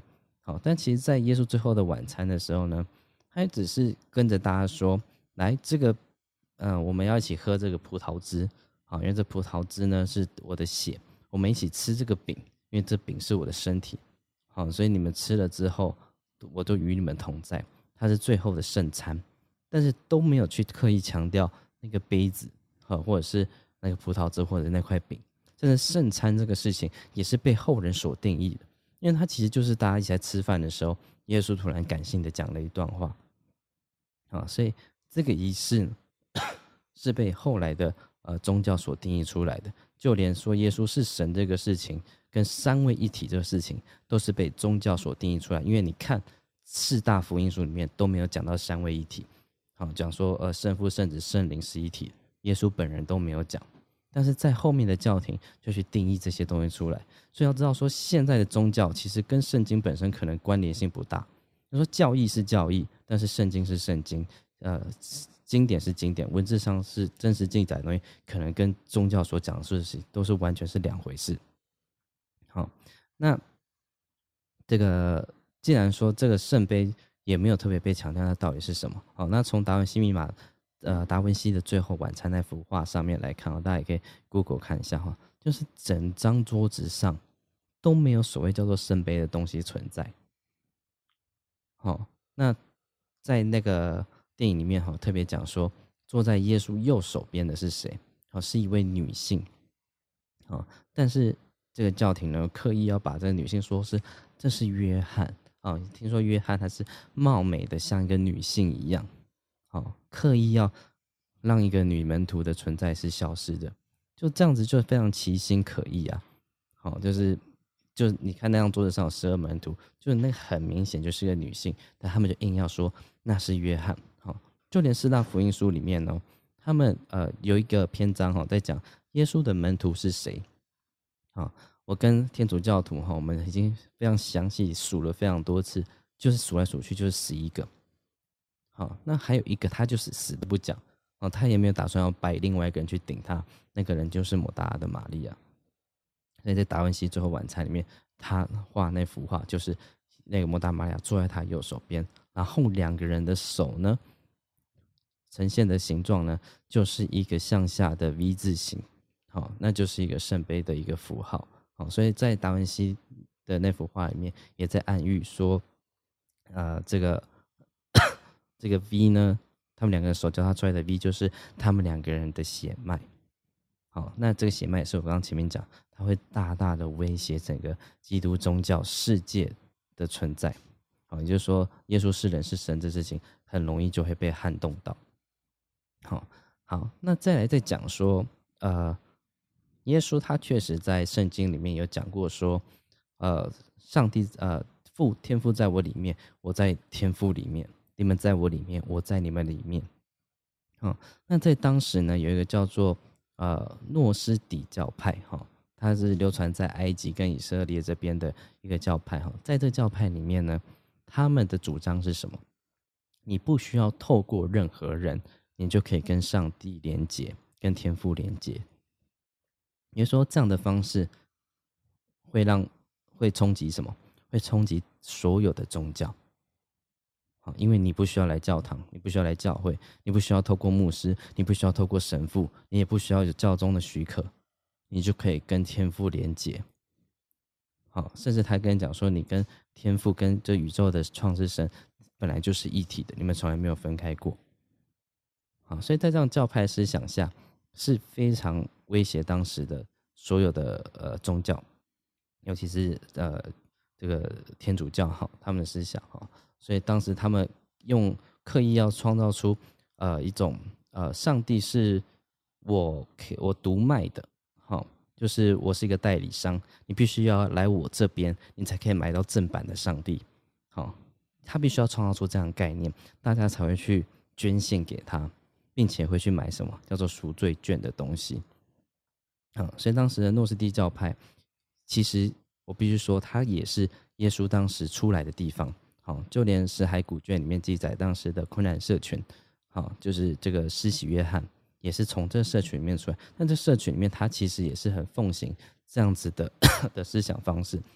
好，但其实在耶稣最后的晚餐的时候呢，他只是跟着大家说，来这个嗯、呃，我们要一起喝这个葡萄汁，好，因为这葡萄汁呢是我的血，我们一起吃这个饼，因为这饼是我的身体，好，所以你们吃了之后，我都与你们同在。它是最后的圣餐，但是都没有去刻意强调那个杯子，或者是那个葡萄汁，或者那块饼。甚至圣餐这个事情也是被后人所定义的，因为它其实就是大家一起在吃饭的时候，耶稣突然感性的讲了一段话，啊，所以这个仪式是被后来的呃宗教所定义出来的。就连说耶稣是神这个事情，跟三位一体这个事情，都是被宗教所定义出来。因为你看四大福音书里面都没有讲到三位一体，好，讲说呃圣父、圣子、圣灵是一体，耶稣本人都没有讲。但是在后面的教廷就去定义这些东西出来，所以要知道说现在的宗教其实跟圣经本身可能关联性不大。就说教义是教义，但是圣经是圣经，呃，经典是经典，文字上是真实记载的东西，可能跟宗教所讲的事情都是完全是两回事。好，那这个既然说这个圣杯也没有特别被强调，它到底是什么？好，那从达文西密码。呃，达文西的最后晚餐那幅画上面来看，大家也可以 Google 看一下哈，就是整张桌子上都没有所谓叫做圣杯的东西存在。好，那在那个电影里面哈，特别讲说，坐在耶稣右手边的是谁？好，是一位女性。好，但是这个教廷呢，刻意要把这个女性说是这是约翰啊，听说约翰她是貌美的像一个女性一样。好，刻意要让一个女门徒的存在是消失的，就这样子就非常奇心可疑啊。好，就是就你看那张桌子上有十二门徒，就那很明显就是个女性，但他们就硬要说那是约翰。好，就连四大福音书里面呢、哦，他们呃有一个篇章哈、哦，在讲耶稣的门徒是谁。好，我跟天主教徒哈、哦，我们已经非常详细数了非常多次，就是数来数去就是十一个。好，那还有一个他就是死都不讲，哦，他也没有打算要拜另外一个人去顶他，那个人就是抹大拉的玛利亚。所以在达文西最后晚餐里面，他画那幅画就是那个抹大拉玛利亚坐在他右手边，然后两个人的手呢呈现的形状呢就是一个向下的 V 字形，好，那就是一个圣杯的一个符号。好，所以在达文西的那幅画里面也在暗喻说，呃，这个。这个 V 呢，他们两个人手交叉出来的 V 就是他们两个人的血脉。好，那这个血脉也是我刚刚前面讲，它会大大的威胁整个基督宗教世界的存在。好，也就是说，耶稣是人是神这事情很容易就会被撼动到。好，好，那再来再讲说，呃，耶稣他确实在圣经里面有讲过说，呃，上帝呃父天父在我里面，我在天父里面。你们在我里面，我在你们里面。哦，那在当时呢，有一个叫做呃诺斯底教派，哈、哦，它是流传在埃及跟以色列这边的一个教派，哈、哦，在这教派里面呢，他们的主张是什么？你不需要透过任何人，你就可以跟上帝连结，跟天父连结。也就是说，这样的方式会让会冲击什么？会冲击所有的宗教。因为你不需要来教堂，你不需要来教会，你不需要透过牧师，你不需要透过神父，你也不需要有教宗的许可，你就可以跟天父连结。好，甚至他跟你讲说，你跟天父跟这宇宙的创世神本来就是一体的，你们从来没有分开过。好，所以在这样教派思想下，是非常威胁当时的所有的呃宗教，尤其是呃这个天主教哈，他们的思想哈。所以当时他们用刻意要创造出呃一种呃上帝是我我独卖的，好，就是我是一个代理商，你必须要来我这边，你才可以买到正版的上帝，好，他必须要创造出这样的概念，大家才会去捐献给他，并且会去买什么叫做赎罪券的东西，好，所以当时的诺斯底教派，其实我必须说，它也是耶稣当时出来的地方。好，就连死海古卷里面记载当时的昆兰社群，好，就是这个施洗约翰也是从这个社群里面出来。但这社群里面，他其实也是很奉行这样子的的思想方式。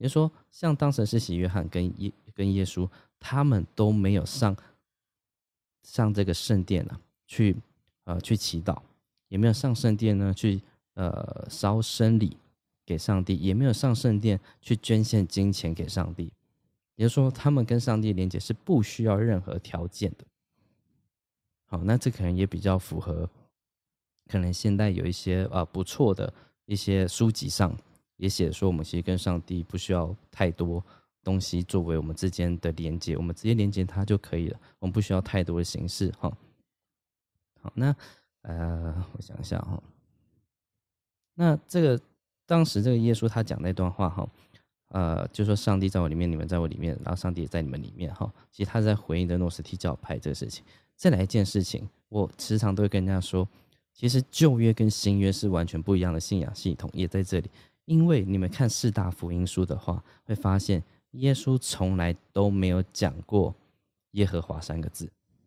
也就是说，像当时的施洗约翰跟耶跟耶稣，他们都没有上上这个圣殿啊，去呃去祈祷，也没有上圣殿呢去呃烧牲礼给上帝，也没有上圣殿去捐献金钱给上帝。也就是说，他们跟上帝连结是不需要任何条件的。好，那这可能也比较符合，可能现代有一些呃不错的一些书籍上也写说，我们其实跟上帝不需要太多东西作为我们之间的连接，我们直接连接它就可以了，我们不需要太多的形式哈。好，那呃，我想一下哈，那这个当时这个耶稣他讲那段话哈，呃，就说上帝在我里面，你们在我里面，然后上帝也在你们里面哈。其实他是在回应的诺斯替教派这个事情。再来一件事情，我时常都会跟人家说，其实旧约跟新约是完全不一样的信仰系统，也在这里。因为你们看四大福音书的话，会发现耶稣从来都没有讲过耶和华三个字。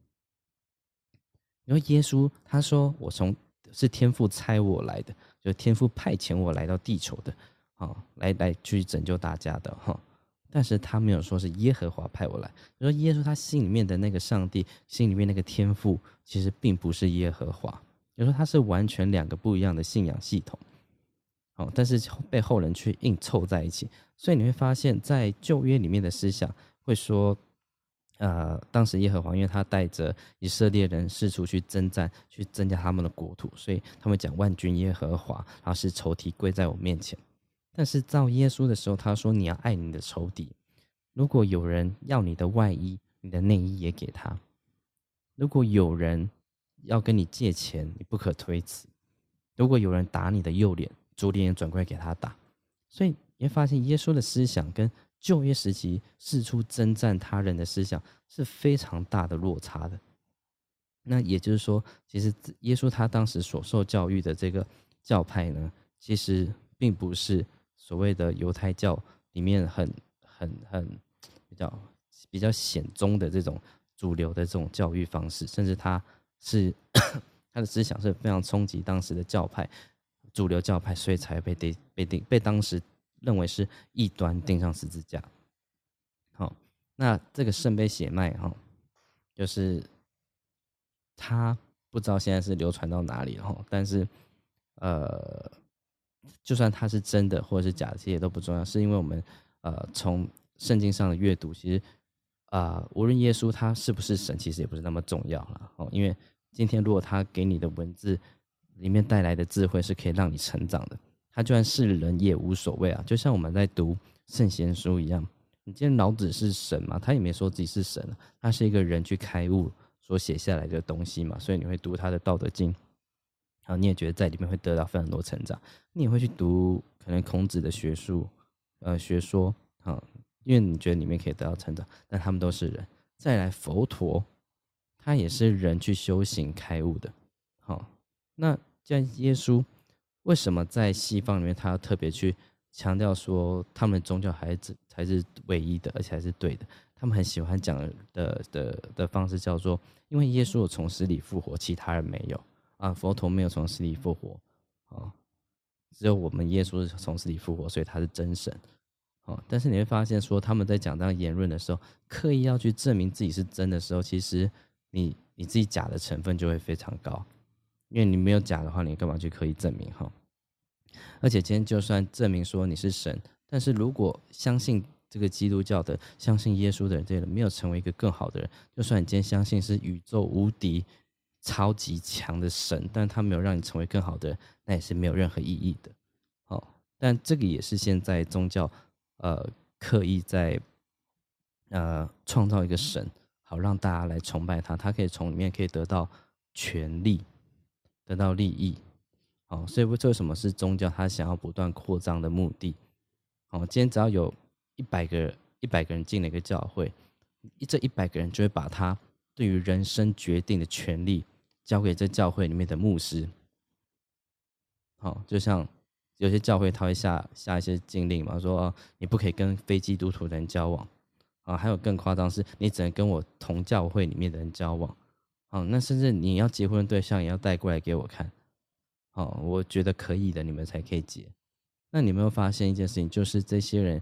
因为耶稣他说我从是天父差我来的，就是天父派遣我来到地球的，哦、来来去拯救大家的哈。哦，但是他没有说是耶和华派我来，就说耶稣他心里面的那个上帝，心里面那个天父，其实并不是耶和华，就说他是完全两个不一样的信仰系统。好，但是被后人去硬凑在一起，所以你会发现在旧约里面的思想会说，呃，当时耶和华因为他带着以色列人四处去征战，去增加他们的国土，所以他们讲万军耶和华，然后是仇敌归在我面前。但是照耶稣的时候，他说你要爱你的仇敌，如果有人要你的外衣，你的内衣也给他，如果有人要跟你借钱，你不可推辞，如果有人打你的右脸，左脸也转过来给他打。所以你会发现耶稣的思想跟旧约时期四处征战他人的思想是非常大的落差的。那也就是说，其实耶稣他当时所受教育的这个教派呢，其实并不是所谓的犹太教里面很很很比较比较显宗的这种主流的这种教育方式，甚至他是他的思想是非常冲击当时的教派主流教派，所以才被定被定被当时认为是异端钉上十字架。好，那这个圣杯血脉哈，就是他不知道现在是流传到哪里了哈，但是呃。就算它是真的或者是假的，这些都不重要，是因为我们呃从圣经上的阅读，其实啊、呃，无论耶稣他是不是神，其实也不是那么重要了哦。因为今天如果他给你的文字里面带来的智慧是可以让你成长的，他就算是人也无所谓啊。就像我们在读圣贤书一样，你今天老子是神嘛，他也没说自己是神，他是一个人去开悟所写下来的东西嘛，所以你会读他的道德经。好，你也觉得在里面会得到非常多成长，你也会去读可能孔子的学术，呃，学说，好，因为你觉得里面可以得到成长，但他们都是人。再来，佛陀，他也是人去修行开悟的。好，那既然耶稣为什么在西方里面，他要特别去强调说他们宗教还是才是唯一的，而且还是对的？他们很喜欢讲的的的方式叫做，因为耶稣有从死里复活，其他人没有。啊，佛陀没有从死里复活，哦，只有我们耶稣是从死里复活，所以他是真神，哦。但是你会发现说，他们在讲这样言论的时候，刻意要去证明自己是真的时候，其实你你自己假的成分就会非常高，因为你没有假的话，你干嘛去刻意证明哈？而且今天就算证明说你是神，但是如果相信这个基督教的、相信耶稣的人，这些人没有成为一个更好的人，就算你今天相信是宇宙无敌。超级强的神，但他没有让你成为更好的人，那也是没有任何意义的。哦，但这个也是现在宗教呃刻意在呃创造一个神，好让大家来崇拜他，他可以从里面可以得到权力，得到利益。哦，所以这为什么是宗教他想要不断扩张的目的？哦，今天只要有一百个一百个人进了一个教会，这一百个人就会把他对于人生决定的权利交给这教会里面的牧师。好，就像有些教会他会下下一些禁令嘛，说、哦、你不可以跟非基督徒的人交往啊，还有更夸张是，你只能跟我同教会里面的人交往。好，那甚至你要结婚的对象也要带过来给我看。好，我觉得可以的，你们才可以结。那你有没有发现一件事情，就是这些人他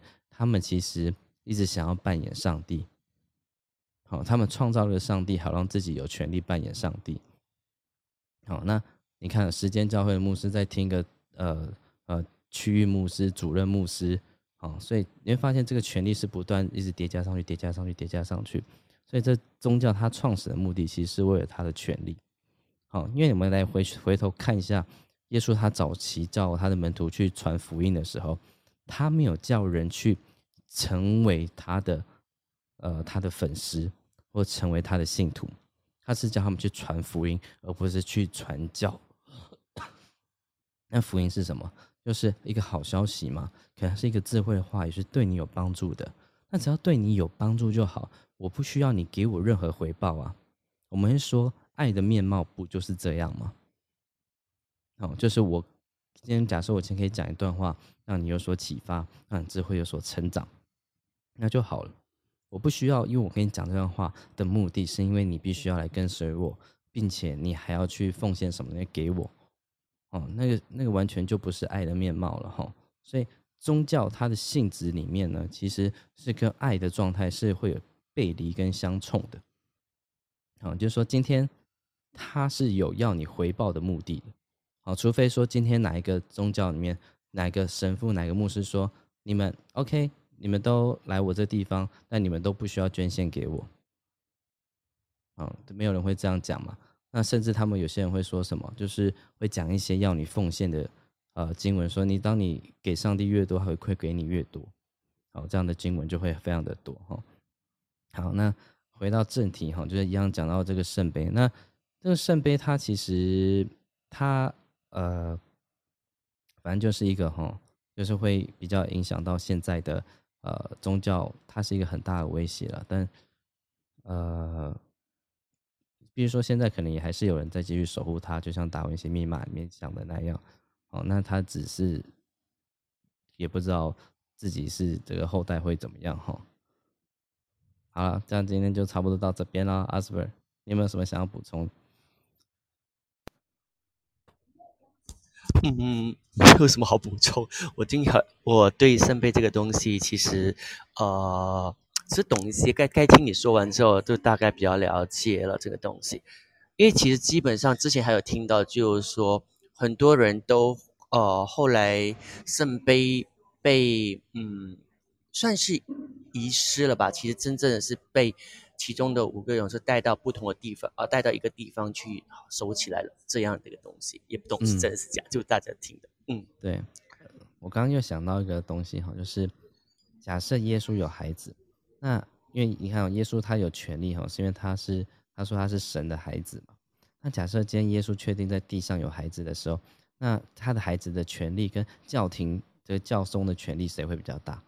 他们其实一直想要扮演上帝。好，他们创造了上帝，好让自己有权利扮演上帝。好，那你看时间教会的牧师在听个呃呃区域牧师、主任牧师，好，所以你会发现这个权利是不断一直叠加上去、叠加上去、叠加上去。所以这宗教它创始的目的，其实是为了他的权利。好，因为我们来回回头看一下，耶稣他早期叫他的门徒去传福音的时候，他没有叫人去成为他的呃他的粉丝或成为他的信徒，他是叫他们去传福音，而不是去传教。那福音是什么？就是一个好消息嘛，可能是一个智慧的话语，是对你有帮助的。那只要对你有帮助就好，我不需要你给我任何回报啊。我们会说，爱的面貌不就是这样吗？哦，就是我今天假设我今天可以讲一段话，让你有所启发，让你智慧有所成长，那就好了。我不需要，因为我跟你讲这段话的目的是因为你必须要来跟随我，并且你还要去奉献什么东西给我。哦，那个那个完全就不是爱的面貌了哈。所以宗教它的性质里面呢，其实是跟爱的状态是会有背离跟相冲的。好，就是说今天它是有要你回报的目的的。好，除非说今天哪一个宗教里面哪一个神父哪一个牧师说你们 OK， 你们都来我这地方，但你们都不需要捐献给我。好，没有人会这样讲嘛。那甚至他们有些人会说什么，就是会讲一些要你奉献的呃经文，说你当你给上帝越多，他会回馈给你越多。好，这样的经文就会非常的多哈。好，那回到正题哈，就是一样讲到这个圣杯。那这个圣杯它其实它呃，反正就是一个哈，就是会比较影响到现在的呃宗教，它是一个很大的威胁了。但呃。比如说，现在可能也还是有人在继续守护它，就像达文西密码里面讲的那样。哦，那他只是也不知道自己是这个后代会怎么样哈。好了，这样今天就差不多到这边了。阿斯伯，你有没有什么想要补充？ 嗯，没有什么好补充。我今天我对圣杯这个东西，其实呃。是懂一些，该该听你说完之后，就大概比较了解了这个东西。因为其实基本上之前还有听到，就是说很多人都呃后来圣杯被嗯算是遗失了吧。其实真正的是被其中的五个勇士带到不同的地方，啊、呃，带到一个地方去收起来了，这样的一个东西，也不懂是真是假，嗯、就大家听的。嗯， 对，我刚刚又想到一个东西哈，就是假设耶稣有孩子。那因为你看，耶稣他有权利哈，是因为他是他说他是神的孩子嘛。那假设今天耶稣确定在地上有孩子的时候，那他的孩子的权利跟教廷这个教宗的权利谁会比较大？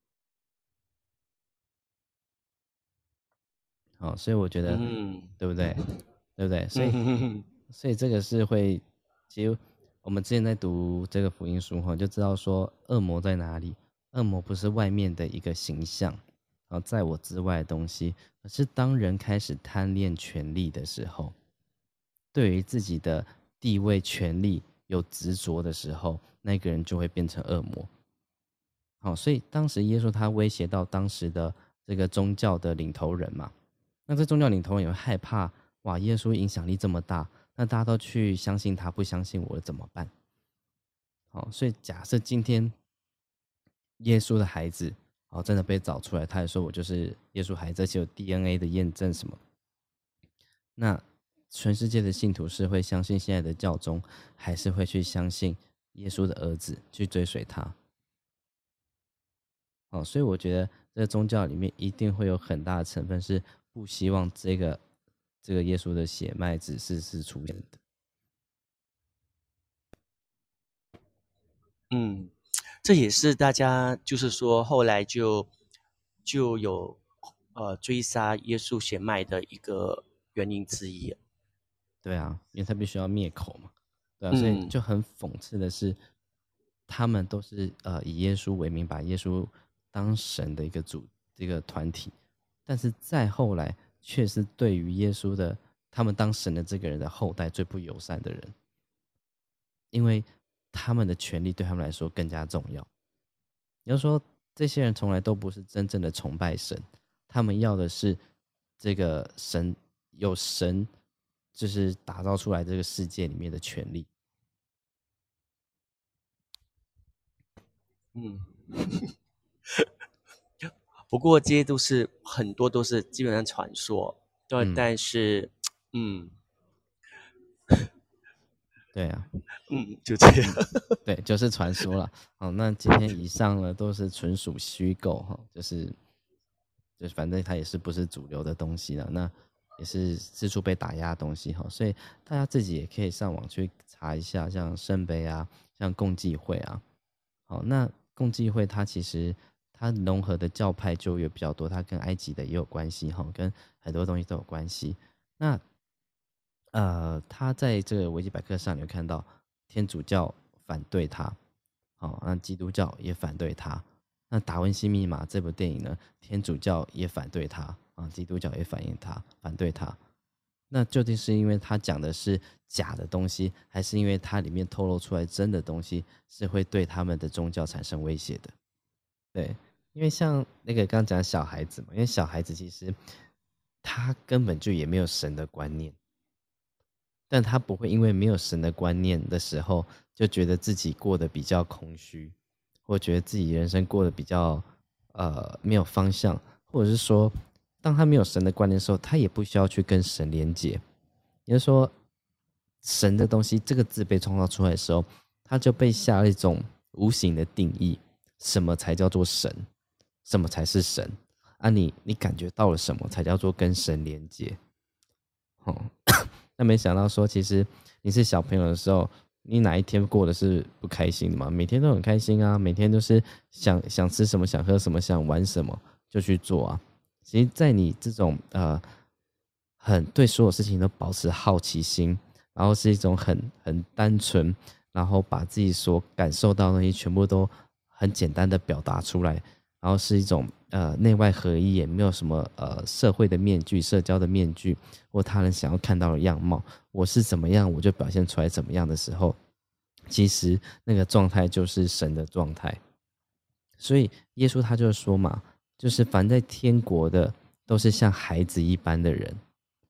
好，所以我觉得，嗯，对不对？对不对？所以，嗯、所以这个是会，其实我们之前在读这个福音书哈，就知道说恶魔在哪里。恶魔不是外面的一个形象。在我之外的东西，而是当人开始贪恋权力的时候，对于自己的地位、权力有执着的时候，那个人就会变成恶魔。好，所以当时耶稣他威胁到当时的这个宗教的领头人嘛，那这宗教领头人也会害怕，哇，耶稣影响力这么大，那大家都去相信他，不相信我怎么办？好，所以假设今天耶稣的孩子。哦，真的被找出来，他也说我就是耶稣孩子，而且有 D N A 的验证什么。那全世界的信徒是会相信现在的教宗，还是会去相信耶稣的儿子，去追随他？哦，所以我觉得这个宗教里面一定会有很大的成分是不希望这个这个耶稣的血脉指示是出现的。 嗯。这也是大家就是说后来就就有呃追杀耶稣血脉的一个原因之一。 对啊，因为他必须要灭口嘛，对啊，所以就很讽刺的是，他们都是呃以耶稣为名，把耶稣当神的一个主这个团体，但是再后来却是对于耶稣的他们当神的这个人的后代最不友善的人，因为他们的权利对他们来说更加重要。也就是说， 这些人从来都不是真正的崇拜神，他们要的是这个神有神就是打造出来这个世界里面的权利。 嗯，不过这些都是很多都是基本上传说，对， 嗯但是，嗯对啊， 嗯，就这样。 对，就是传说了。好，那今天以上呢都是纯属虚构哈，就是就是反正它也是不是主流的东西了，那也是四处被打压的东西哈，所以大家自己也可以上网去查一下，像圣杯啊，像共济会啊。好，那共济会它其实它融合的教派就有比较多，它跟埃及的也有关系哈，跟很多东西都有关系。那呃，他在这个维基百科上你会看到天主教反对他，好、哦，那基督教也反对他。那《达文西密码》这部电影呢，天主教也反对他啊，基督教也反映他，反对他。那究竟是因为他讲的是假的东西，还是因为它里面透露出来真的东西是会对他们的宗教产生威胁的？对，因为像那个刚刚讲小孩子嘛，因为小孩子其实他根本就也没有神的观念。但他不会因为没有神的观念的时候，就觉得自己过得比较空虚，或觉得自己人生过得比较呃没有方向，或者是说，当他没有神的观念的时候，他也不需要去跟神连接。也就是说，神的东西这个字被创造出来的时候，他就被下了一种无形的定义，什么才叫做神，什么才是神啊你？你感觉到了什么才叫做跟神连接？哦。那没想到说，其实你是小朋友的时候，你哪一天过得是不开心的吗？每天都很开心啊，每天都是想想吃什么，想喝什么，想玩什么就去做啊。其实，在你这种呃，很对所有事情都保持好奇心，然后是一种很很单纯，然后把自己所感受到的东西全部都很简单的表达出来，然后是一种呃内外合一，也没有什么呃社会的面具、社交的面具或他人想要看到的样貌。我是怎么样，我就表现出来怎么样的时候，其实那个状态就是神的状态。所以耶稣他就说嘛，就是凡在天国的都是像孩子一般的人。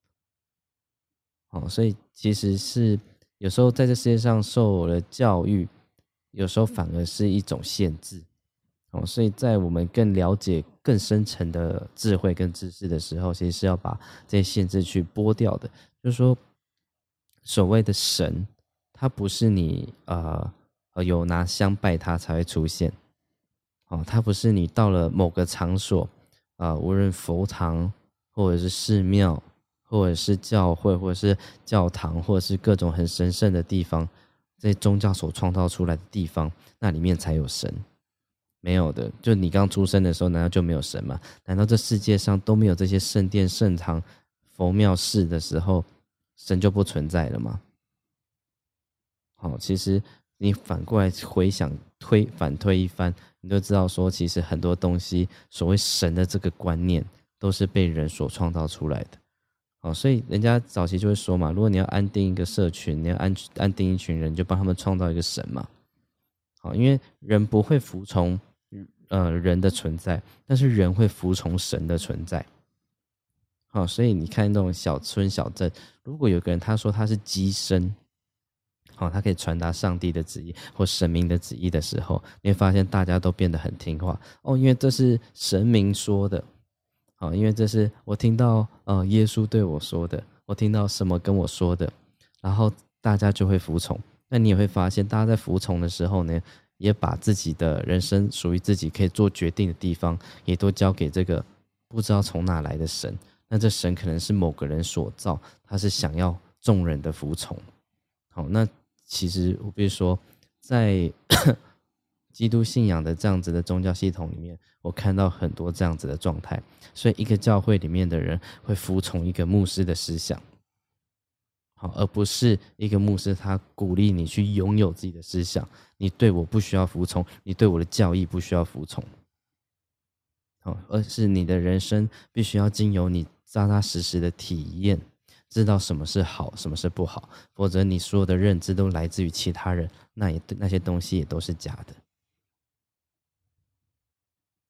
哦，所以其实是有时候在这世界上受了教育，有时候反而是一种限制。哦，所以在我们更了解更深层的智慧跟知识的时候，其实是要把这些限制去剥掉的。就是说，所谓的神，它不是你呃有拿香拜它才会出现。哦，它不是你到了某个场所，呃，无论佛堂或者是寺庙，或者是教会，或者是教堂，或者是各种很神圣的地方，这些宗教所创造出来的地方，那里面才有神。没有的，就你刚出生的时候，难道就没有神吗？难道这世界上都没有这些圣殿、圣堂、佛庙寺的时候，神就不存在了吗？好，其实你反过来回想、推反推一番，你就知道说，其实很多东西，所谓神的这个观念，都是被人所创造出来的。好，所以人家早期就会说嘛，如果你要安定一个社群，你要安安定一群人，就帮他们创造一个神嘛。好，因为人不会服从呃人的存在，但是人会服从神的存在。好，所以你看那种小村小镇，如果有个人他说他是机身，好，他可以传达上帝的旨意或神明的旨意的时候，你会发现大家都变得很听话哦，因为这是神明说的，好，因为这是我听到呃耶稣对我说的，我听到什么跟我说的，然后大家就会服从。那你也会发现，大家在服从的时候呢，也把自己的人生属于自己可以做决定的地方，也都交给这个不知道从哪来的神。那这神可能是某个人所造，他是想要众人的服从。好，那其实我必须说，在基督信仰的这样子的宗教系统里面，我看到很多这样子的状态。所以一个教会里面的人会服从一个牧师的思想，好，而不是一个牧师他鼓励你去拥有自己的思想，你对我不需要服从，你对我的教义不需要服从，好，而是你的人生必须要经由你扎扎实实的体验，知道什么是好，什么是不好，否则你所有的认知都来自于其他人，那也那些东西也都是假的。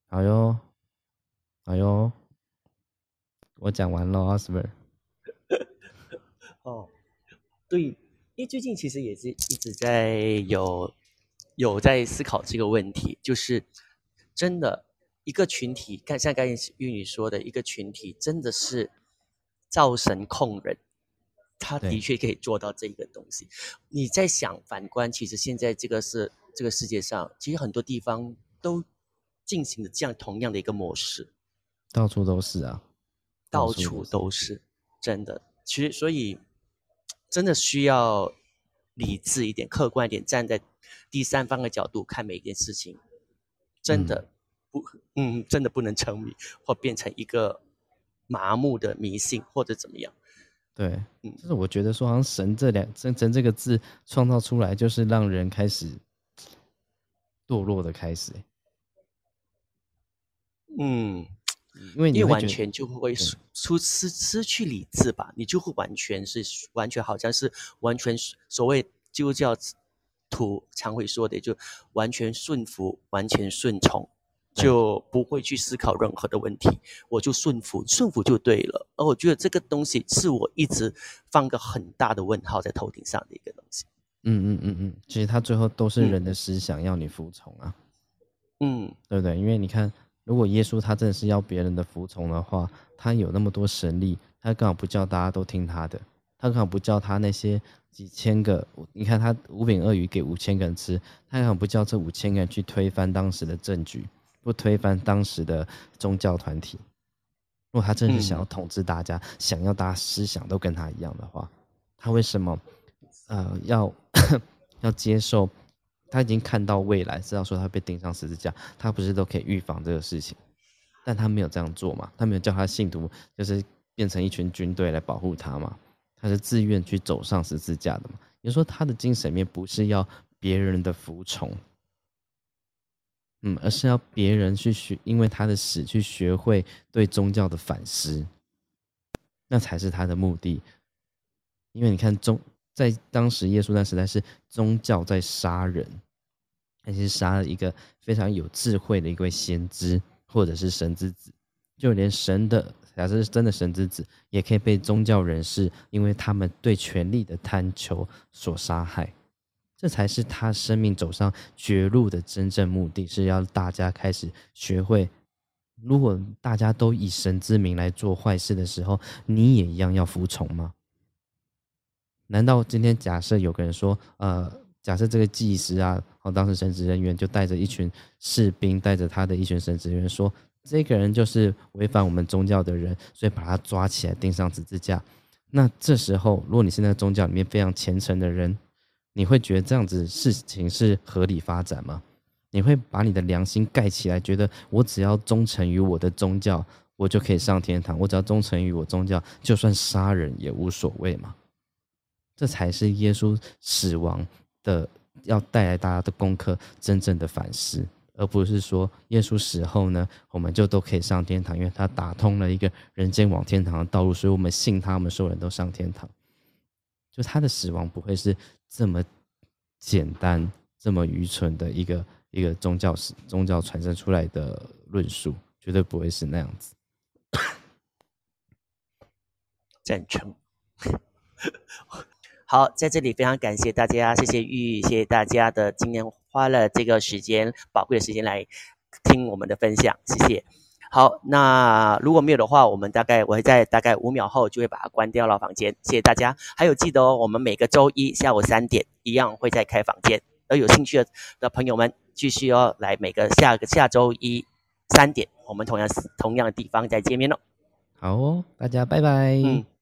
好哟，好哟，我讲完了 Oscar。 哦，对，因为最近其实也是一直在有有在思考这个问题，就是真的一个群体，看像刚才玉女说的，一个群体真的是造神控人，他的确可以做到这个东西。你在想反观，其实现在这个是这个世界上，其实很多地方都进行了这样同样的一个模式， 到处都是啊， 到处都是，真的。其实所以真的需要理智一点、客观一点，站在第三方的角度看每一件事情，真的不，嗯，真的不能沉迷或变成一个麻木的迷信或者怎么样。 对，就是我觉得说，好像神这两神神这个字创造出来，就是让人开始堕落的开始。 嗯， 因为你完全就会出失失去理智吧，你就会完全是完全好像是完全所谓基督教徒常会说的，就完全顺服，完全顺从，就不会去思考任何的问题，我就顺服，顺服就对了。而我觉得这个东西是我一直放个很大的问号在头顶上的一个东西。 嗯嗯嗯嗯，其实它最后都是人的思想要你服从啊。 嗯， 对不对？因为你看，如果耶稣他真的是要别人的服从的话，他有那么多神力，他刚好不叫大家都听他的，他刚好不叫他那些几千个，你看他五饼二鱼给五千个人吃，他刚好不叫这五千个人去推翻当时的政局，不推翻当时的宗教团体。如果他真的是想要统治大家，嗯、想要大家思想都跟他一样的话，他为什么呃要要接受？他已经看到未来，知道说他被钉上十字架，他不是都可以预防这个事情，但他没有这样做嘛，他没有叫他信徒就是变成一群军队来保护他嘛，他是自愿去走上十字架的嘛。也就是说他的精神面不是要别人的服从，嗯，而是要别人去学，因为他的死去学会对宗教的反思，那才是他的目的。因为你看宗在当时耶稣那时代是宗教在杀人，而且是杀了一个非常有智慧的一位先知或者是神之子，就连神的假设是真的神之子也可以被宗教人士因为他们对权力的贪求所杀害。这才是他生命走上绝路的真正目的，是要大家开始学会，如果大家都以神之名来做坏事的时候，你也一样要服从吗？难道今天假设有个人说，呃，假设这个祭司啊，哦，当时神职人员就带着一群士兵，带着他的一群神职人员说，这个人就是违反我们宗教的人，所以把他抓起来钉上十字架。那这时候，如果你是那个宗教里面非常虔诚的人，你会觉得这样子事情是合理发展吗？你会把你的良心盖起来，觉得我只要忠诚于我的宗教，我就可以上天堂，我只要忠诚于我宗教，就算杀人也无所谓吗？这才是耶稣死亡的要带来大家的功课真正的反思，而不是说耶稣死后呢，我们就都可以上天堂，因为他打通了一个人间往天堂的道路，所以我们信他，我们所有人都上天堂。就他的死亡不会是这么简单、这么愚蠢的一个一个宗教宗教产生出来的论述，绝对不会是那样子。 赞成。好，在这里非常感谢大家，谢谢玉，谢谢大家的今天花了这个时间，宝贵的时间来听我们的分享，谢谢。好，那如果没有的话，我们大概我会在大概五秒后就会把它关掉了房间，谢谢大家。还有记得哦，我们每个周一下午三点一样会再开房间，而有兴趣的朋友们继续哦来每个下个下周一三点，我们同样同样的地方再见面喽。 好哦，大家拜拜。嗯。